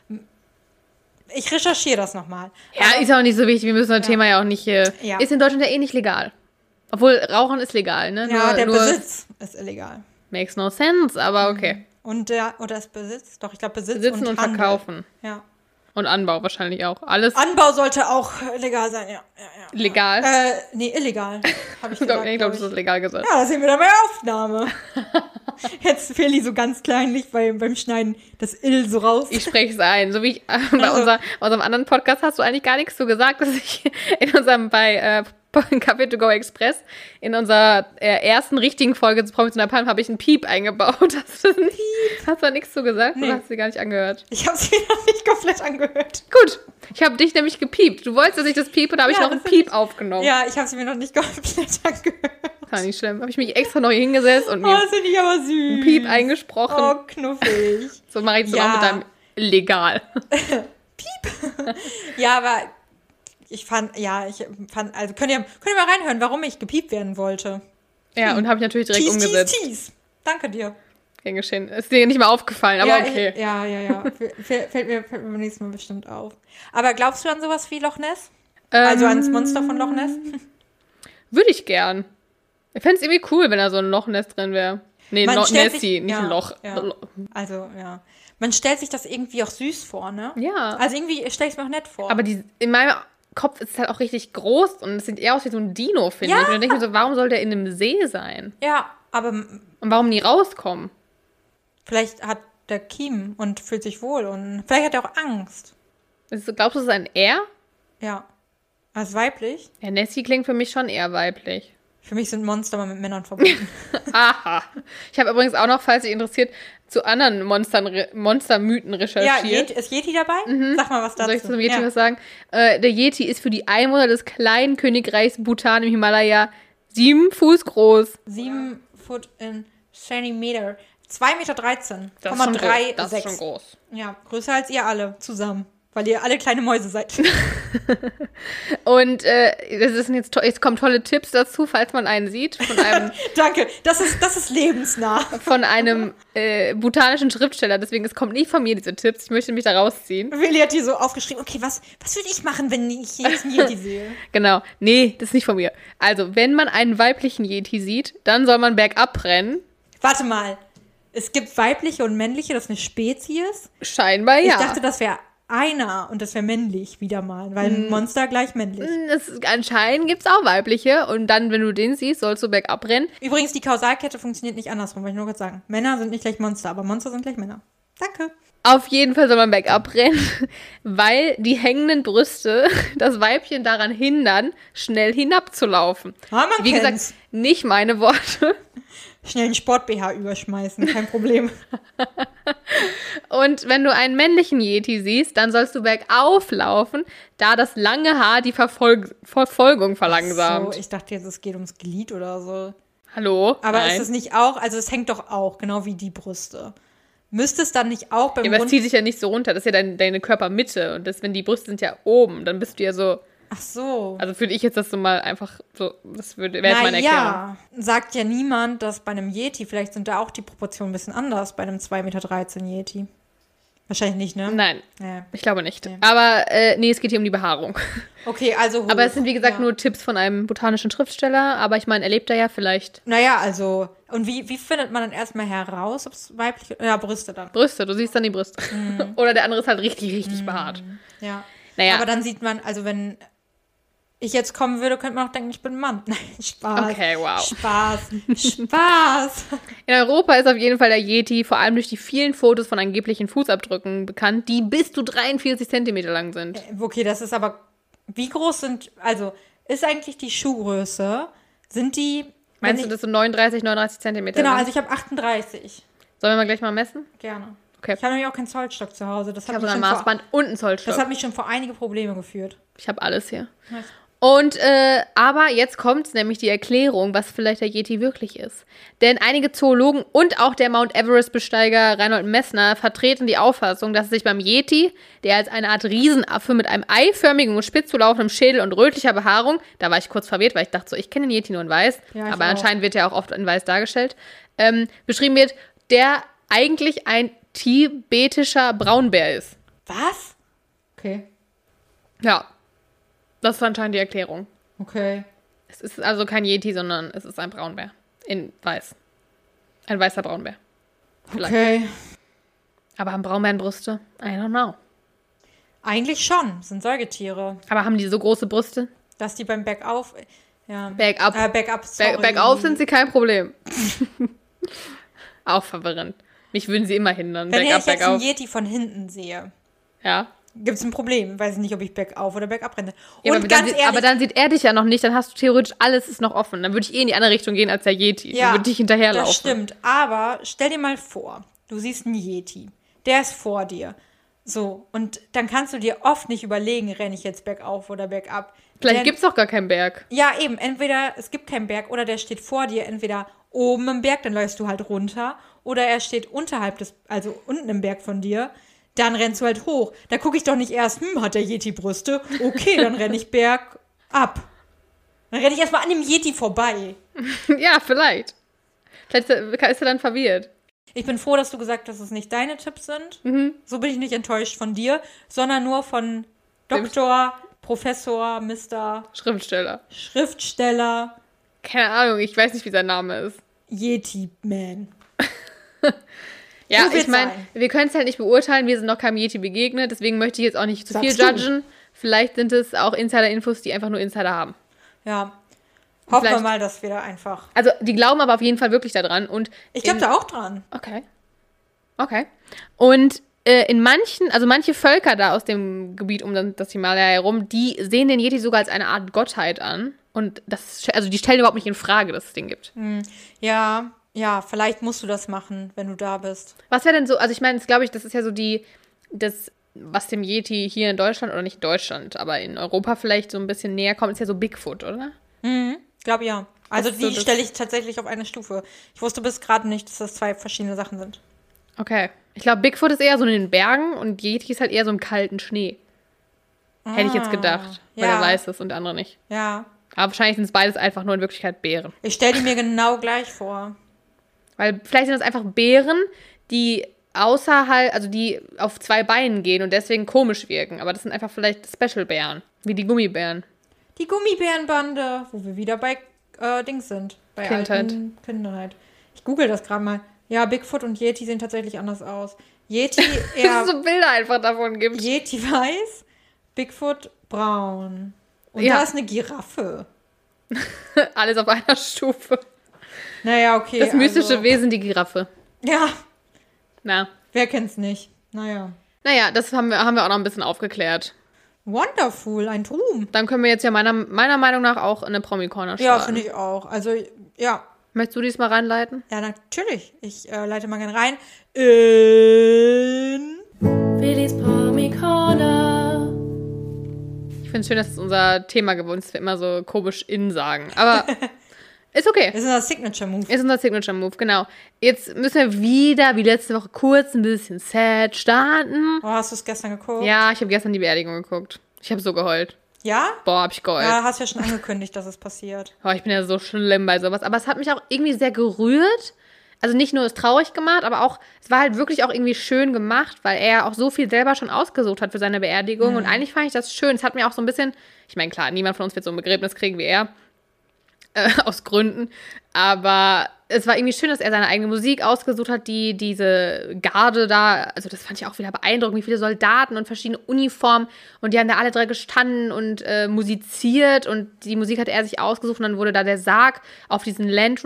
ich recherchiere das nochmal. Ja, ist auch nicht so wichtig, wir müssen das Thema ja auch nicht, ist in Deutschland ja eh nicht legal. Obwohl, Rauchen ist legal, ne? Ja, der Besitz ist illegal. Makes no sense, aber okay. Und das Besitz? Doch, ich glaube Besitzen und Handel. Verkaufen. Ja. Und Anbau wahrscheinlich auch. Alles. Anbau sollte auch legal sein, ja. Legal? Nee, illegal. Habe ich gesagt. Ich glaube, das ist legal gesagt. Ja, da sehen wir dann bei der Aufnahme. Jetzt Feli so ganz kleinlich beim Schneiden das Ill so raus. Ich spreche es ein. So wie ich bei unserem anderen Podcast hast du eigentlich gar nichts so gesagt, dass ich in unserem bei Café to go Express in unserer ersten richtigen Folge zu Promis in der Palm habe ich einen Piep eingebaut. Hast du da nichts zu gesagt? Nee. Oder hast du sie gar nicht angehört? Ich habe sie noch nicht komplett angehört. Gut. Ich habe dich nämlich gepiept. Du wolltest, dass ich das piepe, da habe ich noch einen Piep aufgenommen. Ja, ich habe sie mir noch nicht komplett angehört. War nicht schlimm. Habe ich mich extra noch hingesetzt und mir das finde ich aber süß. einen Piep eingesprochen. Oh, knuffig. So mache ich das auch mit deinem legal. Piep. Ja, aber also könnt ihr mal reinhören, warum ich gepiept werden wollte. Ja, und habe ich natürlich direkt umgesetzt. Tease. Danke dir. Gern geschehen. Ist dir nicht mal aufgefallen, aber okay. Ja. Fällt mir beim nächsten Mal bestimmt auf. Aber glaubst du an sowas wie Loch Ness? Also ans Monster von Loch Ness? Würde ich gern. Ich fände es irgendwie cool, wenn da so ein Loch Ness drin wäre. Nee, Nessie, nicht ein Loch. Ja. Also, ja. Man stellt sich das irgendwie auch süß vor, ne? Ja. Also irgendwie stelle ich es mir auch nett vor. Aber in meinem Kopf ist es halt auch richtig groß und es sieht eher aus wie so ein Dino, finde ich. Und dann denke ich mir so, warum soll der in einem See sein? Ja, aber... Und warum nie rauskommen? Vielleicht hat der Kiem und fühlt sich wohl und vielleicht hat er auch Angst. Glaubst du, es ist ein Er? Ja. Als weiblich? Ja, Nessie klingt für mich schon eher weiblich. Für mich sind Monster mal mit Männern verbunden. Aha. Ich habe übrigens auch noch, falls Sie interessiert, zu anderen Monstermythen recherchiert. Ja, ist Yeti dabei? Sag mal was dazu. Soll ich zum Yeti was sagen? Der Yeti ist für die Einwohner des kleinen Königreichs Bhutan im Himalaya 7 Fuß groß. 7 Foot in Centimeter. 2,13 Meter. Das ist schon groß. Ja, größer als ihr alle zusammen. Weil ihr alle kleine Mäuse seid. Und jetzt kommen tolle Tipps dazu, falls man einen sieht. Von einem Danke, das ist lebensnah. von einem botanischen Schriftsteller. Deswegen, es kommt nicht von mir, diese Tipps. Ich möchte mich da rausziehen. Willi hat die so aufgeschrieben, okay, was würde ich machen, wenn ich jetzt einen Yeti sehe? Genau. Nee, das ist nicht von mir. Also, wenn man einen weiblichen Yeti sieht, dann soll man bergab rennen. Warte mal, es gibt weibliche und männliche, das ist eine Spezies? Scheinbar ja. Ich dachte, das wäre einer und das wäre männlich wieder mal, weil ein Monster gleich männlich. Anscheinend gibt es auch weibliche. Und dann, wenn du den siehst, sollst du bergab rennen. Übrigens, die Kausalkette funktioniert nicht andersrum, wollte ich nur kurz sagen. Männer sind nicht gleich Monster, aber Monster sind gleich Männer. Danke. Auf jeden Fall soll man bergab rennen, weil die hängenden Brüste das Weibchen daran hindern, schnell hinabzulaufen. Ah, man Wie kennt's. gesagt, nicht meine Worte. Schnell einen Sport-BH überschmeißen, kein Problem. Und wenn du einen männlichen Yeti siehst, dann sollst du bergauf laufen, da das lange Haar die Verfolgung verlangsamt. So, ich dachte jetzt, es geht ums Glied oder so. Hallo? Aber Nein. ist es nicht auch, also es hängt doch auch, genau wie die Brüste. Müsste es dann nicht auch beim Ja, aber es zieht sich ja nicht so runter. Das ist ja deine Körpermitte. Und wenn die Brüste sind ja oben, dann bist du ja so. Ach so. Also würde ich jetzt das so mal einfach so, das wäre jetzt meine Erklärung. Ja, sagt ja niemand, dass bei einem Yeti, vielleicht sind da auch die Proportionen ein bisschen anders, bei einem 2,13 Meter Yeti. Wahrscheinlich nicht, ne? Nein, Ja. ich glaube nicht. Nee. Aber nee, es geht hier um die Behaarung. Okay, also hoch. Aber es sind, wie gesagt, Ja. nur Tipps von einem botanischen Schriftsteller. Aber ich meine, er lebt da ja vielleicht. Naja, also, und wie findet man dann erstmal heraus, ob es weiblich, ja, Brüste dann. Brüste, du siehst dann die Brüste. Oder der andere ist halt richtig behaart. Ja. Naja. Aber dann sieht man, also wenn ich jetzt kommen würde, könnte man auch denken, ich bin ein Mann. Nein, Spaß. Okay, wow. Spaß. In Europa ist auf jeden Fall der Yeti vor allem durch die vielen Fotos von angeblichen Fußabdrücken bekannt, die bis zu 43 Zentimeter lang sind. Okay, das ist aber, wie groß sind, also ist eigentlich die Schuhgröße, sind die, Meinst du, das so 39 Zentimeter genau, lang? also ich habe 38. Sollen wir mal gleich mal messen? Gerne. Okay. Ich habe nämlich auch keinen Zollstock zu Hause. Ich habe sogar ein Maßband und einen Zollstock. Das hat mich schon vor einige Probleme geführt. Ich habe alles hier. Nice. Und, aber jetzt kommt nämlich die Erklärung, was vielleicht der Yeti wirklich ist. Denn einige Zoologen und auch der Mount Everest-Besteiger Reinhold Messner vertreten die Auffassung, dass es sich beim Yeti, der als eine Art Riesenaffe mit einem eiförmigen und spitz zulaufenden Schädel und rötlicher Behaarung, da war ich kurz verwirrt, weil ich dachte so, ich kenne den Yeti nur in weiß, Ja, ich aber auch. anscheinend wird er auch oft in weiß dargestellt, beschrieben wird, der eigentlich ein tibetischer Braunbär ist. Was? Okay. Ja, das ist anscheinend die Erklärung. Okay. Es ist also kein Yeti, sondern es ist ein Braunbär. In weiß. Ein weißer Braunbär. Vielleicht. Okay. Aber haben Braunbären Brüste? I don't know. Eigentlich schon, sind Säugetiere. Aber haben die so große Brüste? Dass die beim Bergauf, ja. Bergab. Bergab, sorry. Bergauf sind sie kein Problem. Auch verwirrend. Mich würden sie immer hindern. Wenn ich Bergab, jetzt einen bergauf. Yeti von hinten sehe, Ja. gibt es ein Problem. Weiß nicht, ob ich bergauf oder bergab renne. Ja, Und aber, ganz ehrlich, aber dann sieht er dich ja noch nicht, dann hast du theoretisch alles ist noch offen. Dann würde ich in die andere Richtung gehen als der Yeti. ja, Dann würde ich hinterherlaufen. das stimmt. Aber stell dir mal vor, du siehst einen Yeti. Der ist vor dir. So, und dann kannst du dir oft nicht überlegen, renne ich jetzt bergauf oder bergab. Vielleicht Denn- gibt es doch gar keinen Berg. Ja, eben. Entweder es gibt keinen Berg oder der steht vor dir. Entweder oben im Berg, dann läufst du halt runter. Oder er steht unterhalb also unten im Berg von dir. Dann rennst du halt hoch. Da gucke ich doch nicht erst, hat der Yeti Brüste? Okay, dann renne ich bergab. Dann renne ich erstmal an dem Yeti vorbei. Ja, vielleicht. Vielleicht ist er dann verwirrt. Ich bin froh, dass du gesagt hast, dass es nicht deine Tipps sind. So bin ich nicht enttäuscht von dir, sondern nur von Doktor, Professor, Mr. Schriftsteller, Keine Ahnung, ich weiß nicht, wie sein Name ist. Yeti-Man. Ja, So wird's ich meine, sein. wir können es halt nicht beurteilen, wir sind noch keinem Yeti begegnet, deswegen möchte ich jetzt auch nicht zu viel Sagst du? judgen. Vielleicht sind es auch Insider-Infos, die einfach nur Insider haben. Ja. Hoffen wir Vielleicht- mal, dass wir da einfach. Also, die glauben aber auf jeden Fall wirklich daran. Und Ich glaube da auch dran. Okay. Okay. Und in manche Völker da aus dem Gebiet um das Himalaya herum, die sehen den Yeti sogar als eine Art Gottheit an. Und die stellen überhaupt nicht in Frage, dass es den gibt. Ja, vielleicht musst du das machen, wenn du da bist. Was wäre denn so, also ich meine, glaube ich, das ist ja so das, was dem Yeti hier in Deutschland, oder nicht in Deutschland, aber in Europa vielleicht so ein bisschen näher kommt, ist ja so Bigfoot, oder? Ich glaube ja. Also Das ist so die das- stelle ich tatsächlich auf eine Stufe. Ich wusste bis gerade nicht, dass das zwei verschiedene Sachen sind. Okay. Ich glaube, Bigfoot ist eher so in den Bergen und Yeti ist halt eher so im kalten Schnee. Hätte ich jetzt gedacht, weil er weiß es und der andere nicht. Ja. Aber wahrscheinlich sind es beides einfach nur in Wirklichkeit Beeren. Ich stelle die mir genau gleich vor. Weil vielleicht sind das einfach Beeren, die außerhalb, also die auf 2 Beinen gehen und deswegen komisch wirken. Aber das sind einfach vielleicht Special-Bären, wie die Gummibären. Die Gummibärenbande, wo wir wieder bei Dings sind. Bei Kindheit. Ich google das gerade mal. Ja, Bigfoot und Yeti sehen tatsächlich anders aus. Yeti eher... Dass es so Bilder einfach davon gibt. Yeti weiß, Bigfoot braun. Und Ja. da ist eine Giraffe. Alles auf einer Stufe. Naja, okay. Das mystische Wesen, die Giraffe. Ja, Na. wer kennt's nicht? Naja. Naja, das haben wir auch noch ein bisschen aufgeklärt. Wonderful, ein Truhm. Dann können wir jetzt ja meiner Meinung nach auch in eine Promi-Corner starten. Ja, finde ich auch. Also, ja. Möchtest du diesmal reinleiten? Ja, natürlich. Ich leite mal gerne rein. In... Willis Promi Corner. Ich finde es schön, dass es unser Thema geworden ist, dass wir immer so komisch in sagen. Aber ist okay. Das ist unser Signature-Move. Ist unser Signature-Move, genau. Jetzt müssen wir wieder, wie letzte Woche, kurz ein bisschen sad starten. Oh, hast du es gestern geguckt? Ja, ich habe gestern die Beerdigung geguckt. Ich habe so geheult. Ja? Boah, hab ich geheult. Ja, hast ja schon angekündigt, dass es passiert. Boah, ich bin ja so schlimm bei sowas. Aber es hat mich auch irgendwie sehr gerührt. Also nicht nur es traurig gemacht, aber auch, es war halt wirklich auch irgendwie schön gemacht, weil er auch so viel selber schon ausgesucht hat für seine Beerdigung. Und eigentlich fand ich das schön. Es hat mir auch so ein bisschen, ich meine, klar, niemand von uns wird so ein Begräbnis kriegen wie er. Aus Gründen. Aber es war irgendwie schön, dass er seine eigene Musik ausgesucht hat, die diese Garde da, also das fand ich auch wieder beeindruckend, wie viele Soldaten und verschiedene Uniformen und die haben da alle 3 gestanden und musiziert und die Musik hat er sich ausgesucht und dann wurde da der Sarg auf diesen Land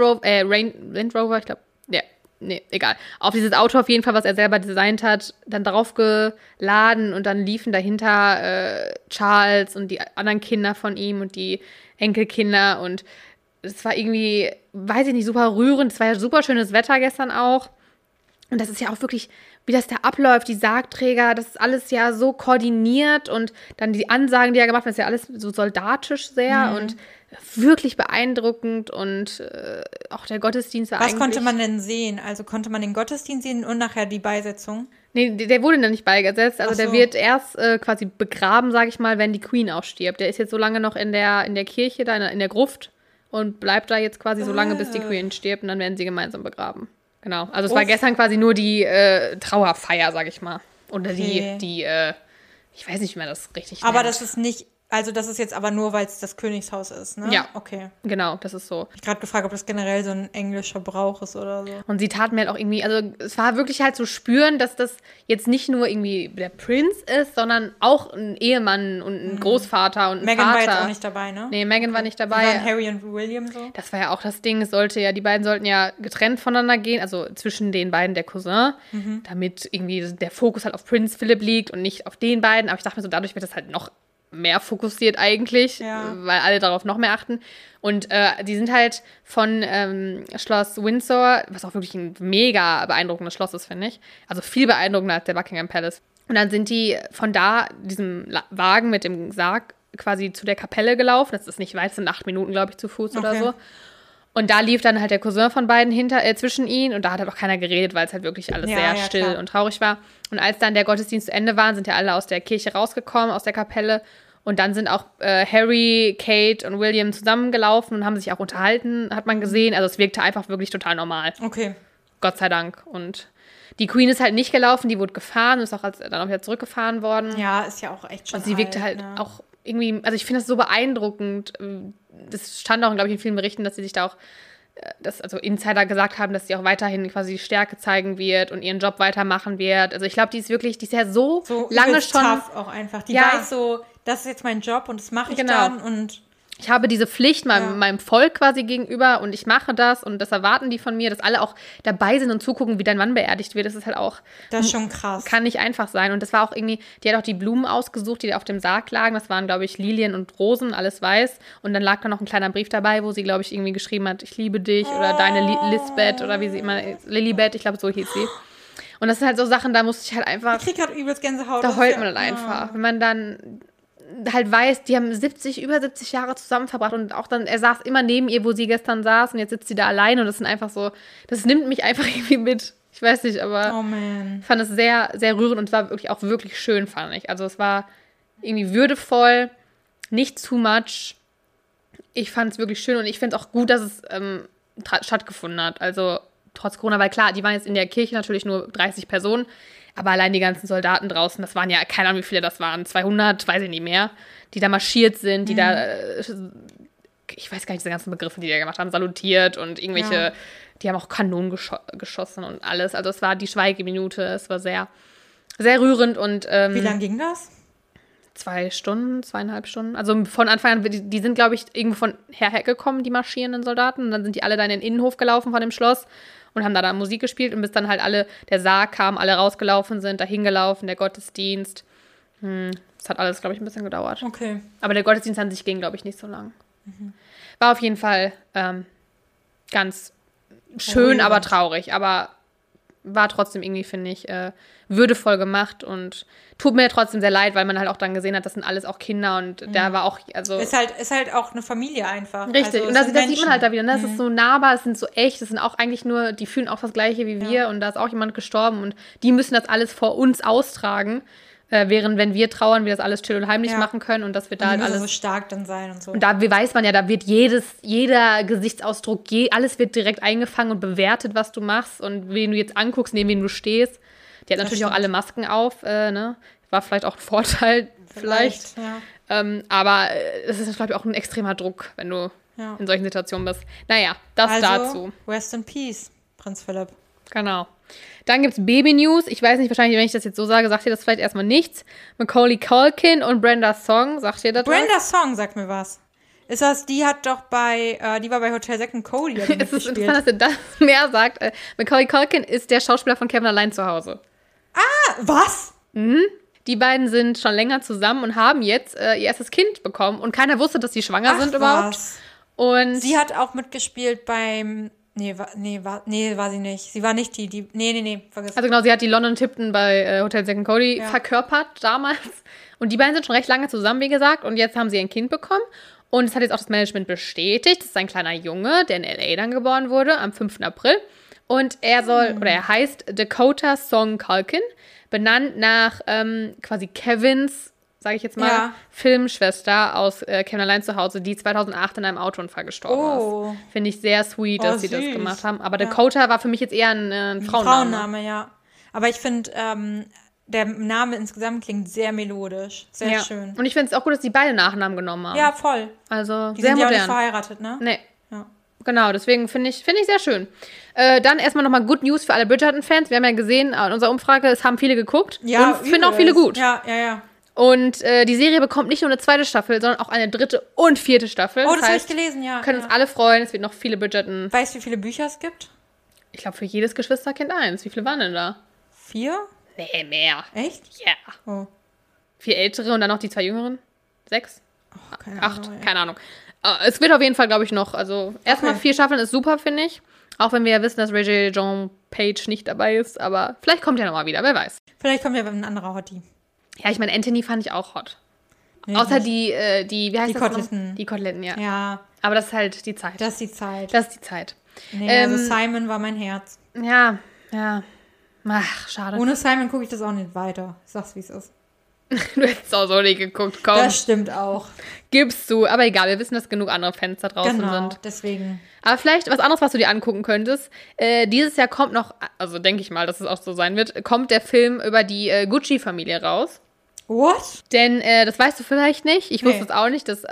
Rover, ich glaube, ja, nee, egal, auf dieses Auto auf jeden Fall, was er selber designt hat, dann drauf geladen und dann liefen dahinter Charles und die anderen Kinder von ihm und die Enkelkinder und es war irgendwie, weiß ich nicht, super rührend. Es war ja super schönes Wetter gestern auch. Und das ist ja auch wirklich, wie das da abläuft, die Sargträger, das ist alles ja so koordiniert und dann die Ansagen, die er gemacht hat, das ist ja alles so soldatisch sehr und wirklich beeindruckend und auch der Gottesdienst war Was eigentlich... konnte man denn sehen? Also konnte man den Gottesdienst sehen und nachher die Beisetzung? Nee, der wurde dann nicht beigesetzt. Also Ach so. der wird erst quasi begraben, sage ich mal, wenn die Queen auch stirbt. Der ist jetzt so lange noch in der Kirche, da in der Gruft und bleibt da jetzt quasi so lange, bis die Queen stirbt und dann werden sie gemeinsam begraben. Genau. Also es war gestern quasi nur die Trauerfeier, sag ich mal. Oder die ich weiß nicht, wie man das richtig Aber nennt. das ist nicht, also das ist jetzt aber nur, weil es das Königshaus ist, ne? Ja. Okay. Genau, das ist so. Ich gerade gefragt, ob das generell so ein englischer Brauch ist oder so. Und sie taten mir halt auch irgendwie, also es war wirklich halt zu spüren, dass das jetzt nicht nur irgendwie der Prinz ist, sondern auch ein Ehemann und ein Großvater und ein Meghan Vater. war jetzt auch nicht dabei, ne? Nee, Meghan war nicht Wie dabei. waren Harry und William so? Das war ja auch das Ding, die beiden sollten ja getrennt voneinander gehen, also zwischen den beiden der Cousin, damit irgendwie der Fokus halt auf Prinz Philip liegt und nicht auf den beiden. Aber ich dachte mir so, dadurch wird das halt noch mehr fokussiert eigentlich, weil alle darauf noch mehr achten. Und die sind halt von Schloss Windsor, was auch wirklich ein mega beeindruckendes Schloss ist, finde ich. Also viel beeindruckender als der Buckingham Palace. Und dann sind die von da, diesem Wagen mit dem Sarg, quasi zu der Kapelle gelaufen. Das ist nicht weit, das sind 8 Minuten, glaube ich, zu Fuß oder so. Und da lief dann halt der Cousin von beiden zwischen ihnen und da hat halt auch keiner geredet, weil es halt wirklich alles sehr still klar. und traurig war. Und als dann der Gottesdienst zu Ende war, sind ja alle aus der Kirche rausgekommen, aus der Kapelle. Und dann sind auch Harry, Kate und William zusammengelaufen und haben sich auch unterhalten, hat man gesehen. Also es wirkte einfach wirklich total normal. Okay. Gott sei Dank. Und die Queen ist halt nicht gelaufen, die wurde gefahren und ist auch dann auch wieder zurückgefahren worden. Ja, ist ja auch echt schon Und sie wirkte halt auch irgendwie, also ich finde das so beeindruckend. Das stand auch, glaube ich, in vielen Berichten, dass sie sich da auch, also Insider gesagt haben, dass sie auch weiterhin quasi Stärke zeigen wird und ihren Job weitermachen wird. Also ich glaube, die ist ja so lange übelst schon. Tough auch einfach. Die Ja. weiß so, das ist jetzt mein Job und das mache ich Genau. dann und Ich habe diese Pflicht meinem Volk quasi gegenüber und ich mache das und das erwarten die von mir, dass alle auch dabei sind und zugucken, wie dein Mann beerdigt wird. Das ist halt auch, das ist schon krass. kann nicht einfach sein. Und das war auch irgendwie, die hat auch die Blumen ausgesucht, die da auf dem Sarg lagen. Das waren, glaube ich, Lilien und Rosen, alles weiß. Und dann lag da noch ein kleiner Brief dabei, wo sie, glaube ich, irgendwie geschrieben hat, ich liebe dich oder deine Lisbeth oder wie sie immer, Lilibet, ich glaube, so hieß sie. Und das sind halt so Sachen, da musste ich halt einfach, Ich krieg gerade übelst Gänsehaut. da Das heult ist man dann einfach. Wenn man dann halt weiß, die haben über 70 Jahre zusammen verbracht und auch dann, er saß immer neben ihr, wo sie gestern saß und jetzt sitzt sie da allein und das sind einfach so, das nimmt mich einfach irgendwie mit. Ich weiß nicht, aber Oh man. ich fand es sehr, sehr rührend und es war wirklich auch wirklich schön, fand ich. Also es war irgendwie würdevoll, nicht too much. Ich fand es wirklich schön und ich finde es auch gut, dass es stattgefunden hat. Also trotz Corona, weil klar, die waren jetzt in der Kirche natürlich nur 30 Personen, aber allein die ganzen Soldaten draußen, das waren ja, keine Ahnung, wie viele das waren, 200, weiß ich nicht mehr, die da marschiert sind, die da, ich weiß gar nicht, diese ganzen Begriffe, die da gemacht haben, salutiert und irgendwelche, die haben auch Kanonen geschossen und alles. Also es war die Schweigeminute, es war sehr, sehr rührend und Wie lang ging das? 2 Stunden, 2,5 Stunden. Also von Anfang an, die sind, glaube ich, irgendwo von hergekommen, die marschierenden Soldaten. Und dann sind die alle da in den Innenhof gelaufen von dem Schloss und haben da Musik gespielt. Und bis dann halt der Sarg kam, alle rausgelaufen sind, dahin gelaufen, der Gottesdienst. Das hat alles, glaube ich, ein bisschen gedauert. Okay. Aber der Gottesdienst an sich ging, glaube ich, nicht so lang. War auf jeden Fall ganz schön, aber traurig. Aber war trotzdem irgendwie, finde ich, würdevoll gemacht und tut mir trotzdem sehr leid, weil man halt auch dann gesehen hat, das sind alles auch Kinder und da war auch, also... Ist halt auch eine Familie einfach. Richtig, also, und das sieht man halt da wieder, ne? Das ist so nahbar, es sind so echt, das sind auch eigentlich nur, die fühlen auch das Gleiche wie wir und da ist auch jemand gestorben und die müssen das alles vor uns austragen, während wenn wir trauern, wir das alles still und heimlich machen können und dass wir da halt alles... so stark dann sein und so. Und da weiß man ja, da wird jeder Gesichtsausdruck, alles wird direkt eingefangen und bewertet, was du machst und wen du jetzt anguckst, neben wem du stehst. Die hat natürlich auch alle Masken auf, ne? War vielleicht auch ein Vorteil, vielleicht. Ja. Aber es ist, glaube ich, auch ein extremer Druck, wenn du in solchen Situationen bist. Naja, das dazu. Rest in Peace, Prinz Philipp. Genau. Dann gibt's Baby-News. Ich weiß nicht, wahrscheinlich, wenn ich das jetzt so sage, sagt ihr das vielleicht erstmal nichts. Macaulay Culkin und Brenda Song, sagt ihr das Brenda Song, sagt mir was. Ist das, die hat doch die war bei Hotel Zack and Cody. Es ist interessant, dass ihr das mehr sagt. Macaulay Culkin ist der Schauspieler von Kevin allein zu Hause. Ah, was? Die beiden sind schon länger zusammen und haben jetzt ihr erstes Kind bekommen. Und keiner wusste, dass sie schwanger sind überhaupt. Was? Und sie hat auch mitgespielt beim... Nee, war sie nicht. Sie war nicht Nee, vergiss. Also genau, sie hat die London Tipton bei Hotel Zack and Cody verkörpert damals. Und die beiden sind schon recht lange zusammen, wie gesagt. Und jetzt haben sie ein Kind bekommen. Und es hat jetzt auch das Management bestätigt. Das ist ein kleiner Junge, der in L.A. dann geboren wurde, am 5. April. Und er heißt Dakota Song Culkin, benannt nach quasi Kevins, sage ich jetzt mal, Filmschwester aus Kevin allein zu Hause, die 2008 in einem Autounfall gestorben ist. Finde ich sehr sweet, dass sie das gemacht haben. Aber Dakota war für mich jetzt eher ein Frauenname. Frauenname, ja. Aber ich finde, der Name insgesamt klingt sehr melodisch. Sehr schön. Und ich finde es auch gut, dass die beide Nachnamen genommen haben. Ja, voll. Also die sehr sind modern. Ja auch nicht verheiratet, ne? Nee. Ja. Genau, deswegen finde ich sehr schön. Dann erstmal nochmal Good News für alle Bridgerton-Fans. Wir haben ja gesehen, in unserer Umfrage, es haben viele geguckt. Ja, und finden auch viele gut. Ja. Und die Serie bekommt nicht nur eine 2. Staffel, sondern auch eine 3. und 4. Staffel. Oh, das habe ich gelesen, ja. Können uns alle freuen. Es wird noch viele Bridgerton. Weißt du, wie viele Bücher es gibt? Ich glaube, für jedes Geschwisterkind 1. Wie viele waren denn da? 4? Nee, mehr. Echt? Ja. Oh. 4 ältere und dann noch die 2 jüngeren? 6? Oh, keine 8? Ahnung, Keine Ahnung. Es wird auf jeden Fall, glaube ich, noch. Also erstmal 4 Staffeln ist super, finde ich. Auch wenn wir ja wissen, dass Regé Jean Page nicht dabei ist. Aber vielleicht kommt er nochmal wieder, wer weiß. Vielleicht kommt ja ein anderer Hottie. Ja, ich meine, Anthony fand ich auch hot. Nee, außer wie heißt die das Koteletten. noch? Die Koteletten, ja. Ja. Aber das ist halt die Zeit. Das ist die Zeit. Das ist die Zeit. Nee, also Simon war mein Herz. Ja. Ach, schade. Ohne Simon gucke ich das auch nicht weiter. Ich sag's, wie es ist. Du hättest auch so nicht geguckt, komm. Das stimmt auch. Gibst du. Aber egal, wir wissen, dass genug andere Fans da draußen sind. Deswegen. Aber vielleicht was anderes, was du dir angucken könntest. Dieses Jahr kommt noch, also denke ich mal, dass es auch so sein wird, kommt der Film über die Gucci-Familie raus. What? Denn, das weißt du vielleicht nicht, ich wusste es auch nicht, dass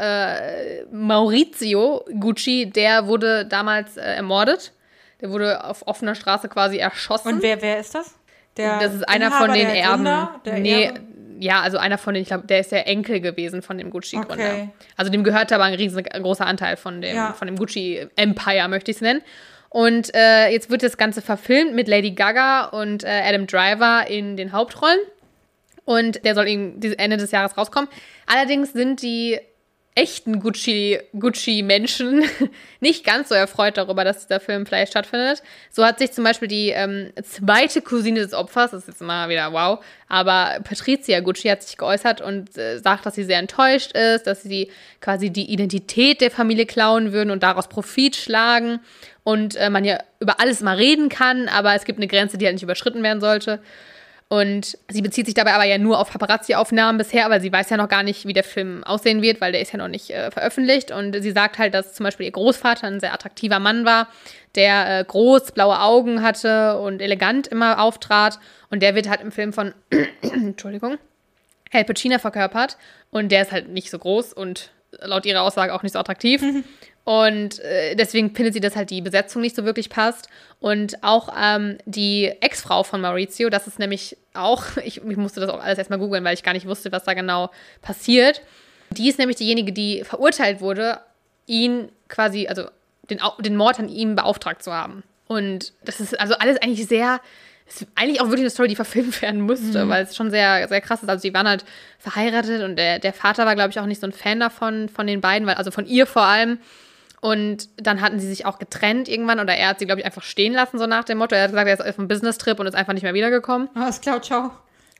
Maurizio Gucci, der wurde damals ermordet. Der wurde auf offener Straße quasi erschossen. Und wer ist das? Das ist einer von den Erben. Erbe? Ja, also einer von den, ich glaube, der ist der Enkel gewesen von dem Gucci-Gründer. Okay. Also dem gehörte aber ein riesengroßer Anteil von dem Gucci-Empire, möchte ich es nennen. Und jetzt wird das Ganze verfilmt mit Lady Gaga und Adam Driver in den Hauptrollen. Und der soll Ende des Jahres rauskommen. Allerdings sind die echten Gucci-Menschen nicht ganz so erfreut darüber, dass dieser Film vielleicht stattfindet. So hat sich zum Beispiel die zweite Cousine des Opfers, das ist jetzt mal wieder wow, aber Patrizia Gucci hat sich geäußert und sagt, dass sie sehr enttäuscht ist, dass sie quasi die Identität der Familie klauen würden und daraus Profit schlagen und man ja über alles mal reden kann, aber es gibt eine Grenze, die halt nicht überschritten werden sollte. Und sie bezieht sich dabei aber ja nur auf Paparazzi-Aufnahmen bisher, weil sie weiß ja noch gar nicht, wie der Film aussehen wird, weil der ist ja noch nicht veröffentlicht. Und sie sagt halt, dass zum Beispiel ihr Großvater ein sehr attraktiver Mann war, der groß, blaue Augen hatte und elegant immer auftrat. Und der wird halt im Film von, Entschuldigung, Al Pacino verkörpert. Und der ist halt nicht so groß und laut ihrer Aussage auch nicht so attraktiv. Und deswegen findet sie, dass halt die Besetzung nicht so wirklich passt. Und auch die Ex-Frau von Maurizio, das ist nämlich auch, ich musste das auch alles erstmal googeln, weil ich gar nicht wusste, was da genau passiert. Die ist nämlich diejenige, die verurteilt wurde, ihn quasi, also den Mord an ihm beauftragt zu haben. Und das ist also alles eigentlich ist eigentlich auch wirklich eine Story, die verfilmt werden müsste, weil es schon sehr, sehr krass ist. Also die waren halt verheiratet und der Vater war, glaube ich, auch nicht so ein Fan davon, von den beiden, also von ihr vor allem. Und dann hatten sie sich auch getrennt irgendwann oder er hat sie, glaube ich, einfach stehen lassen, so nach dem Motto. Er hat gesagt, er ist auf einem Business-Trip und ist einfach nicht mehr wiedergekommen. Alles klar, ciao.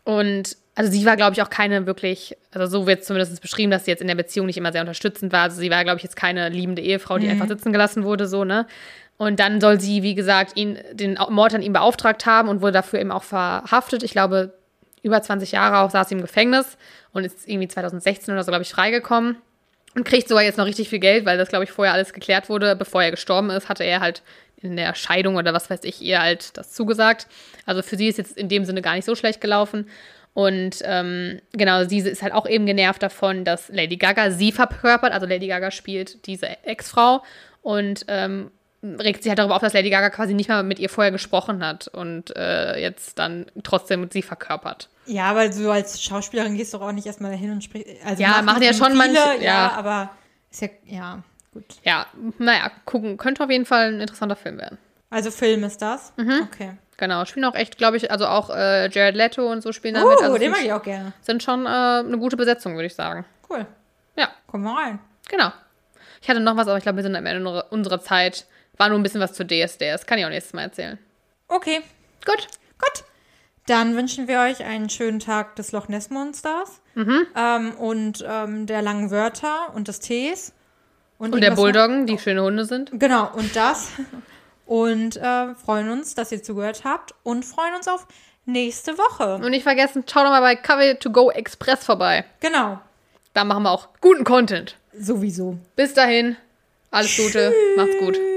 Und also sie war, glaube ich, auch keine wirklich, also so wird es zumindest beschrieben, dass sie jetzt in der Beziehung nicht immer sehr unterstützend war. Also sie war, glaube ich, jetzt keine liebende Ehefrau, die einfach sitzen gelassen wurde, so, ne? Und dann soll sie, wie gesagt, den Mord an ihm beauftragt haben und wurde dafür eben auch verhaftet. Ich glaube, über 20 Jahre auch saß sie im Gefängnis und ist irgendwie 2016 oder so, glaube ich, freigekommen. Und kriegt sogar jetzt noch richtig viel Geld, weil das, glaube ich, vorher alles geklärt wurde. Bevor er gestorben ist, hatte er halt in der Scheidung oder was weiß ich, ihr halt das zugesagt. Also für sie ist jetzt in dem Sinne gar nicht so schlecht gelaufen. Und genau, sie ist halt auch eben genervt davon, dass Lady Gaga sie verkörpert. Also Lady Gaga spielt diese Ex-Frau und regt sich halt darüber auf, dass Lady Gaga quasi nicht mal mit ihr vorher gesprochen hat und jetzt dann trotzdem sie verkörpert. Ja, weil so als Schauspielerin gehst du auch nicht erstmal dahin und sprichst. Also ja, machen ja schon viele, manche. Ja, aber ist ja, gut. Ja, naja, gucken. Könnte auf jeden Fall ein interessanter Film werden. Also Film ist das? Okay. Genau, spielen auch echt, glaube ich, also auch Jared Leto und so spielen da mit. Also den mag ich auch gerne. Sind schon eine gute Besetzung, würde ich sagen. Cool. Ja. Kommen wir rein. Genau. Ich hatte noch was, aber ich glaube, wir sind am Ende unserer Zeit. War nur ein bisschen was zu DSDS. Kann ich auch nächstes Mal erzählen. Okay. Gut. Dann wünschen wir euch einen schönen Tag des Loch Ness Monsters und der langen Wörter und des Tees. Und der Bulldoggen, die schöne Hunde sind. Genau, und das. Und freuen uns, dass ihr zugehört habt und freuen uns auf nächste Woche. Und nicht vergessen, schaut doch mal bei Kaffee to go Express vorbei. Genau. Da machen wir auch guten Content. Sowieso. Bis dahin. Alles Gute. Macht's gut.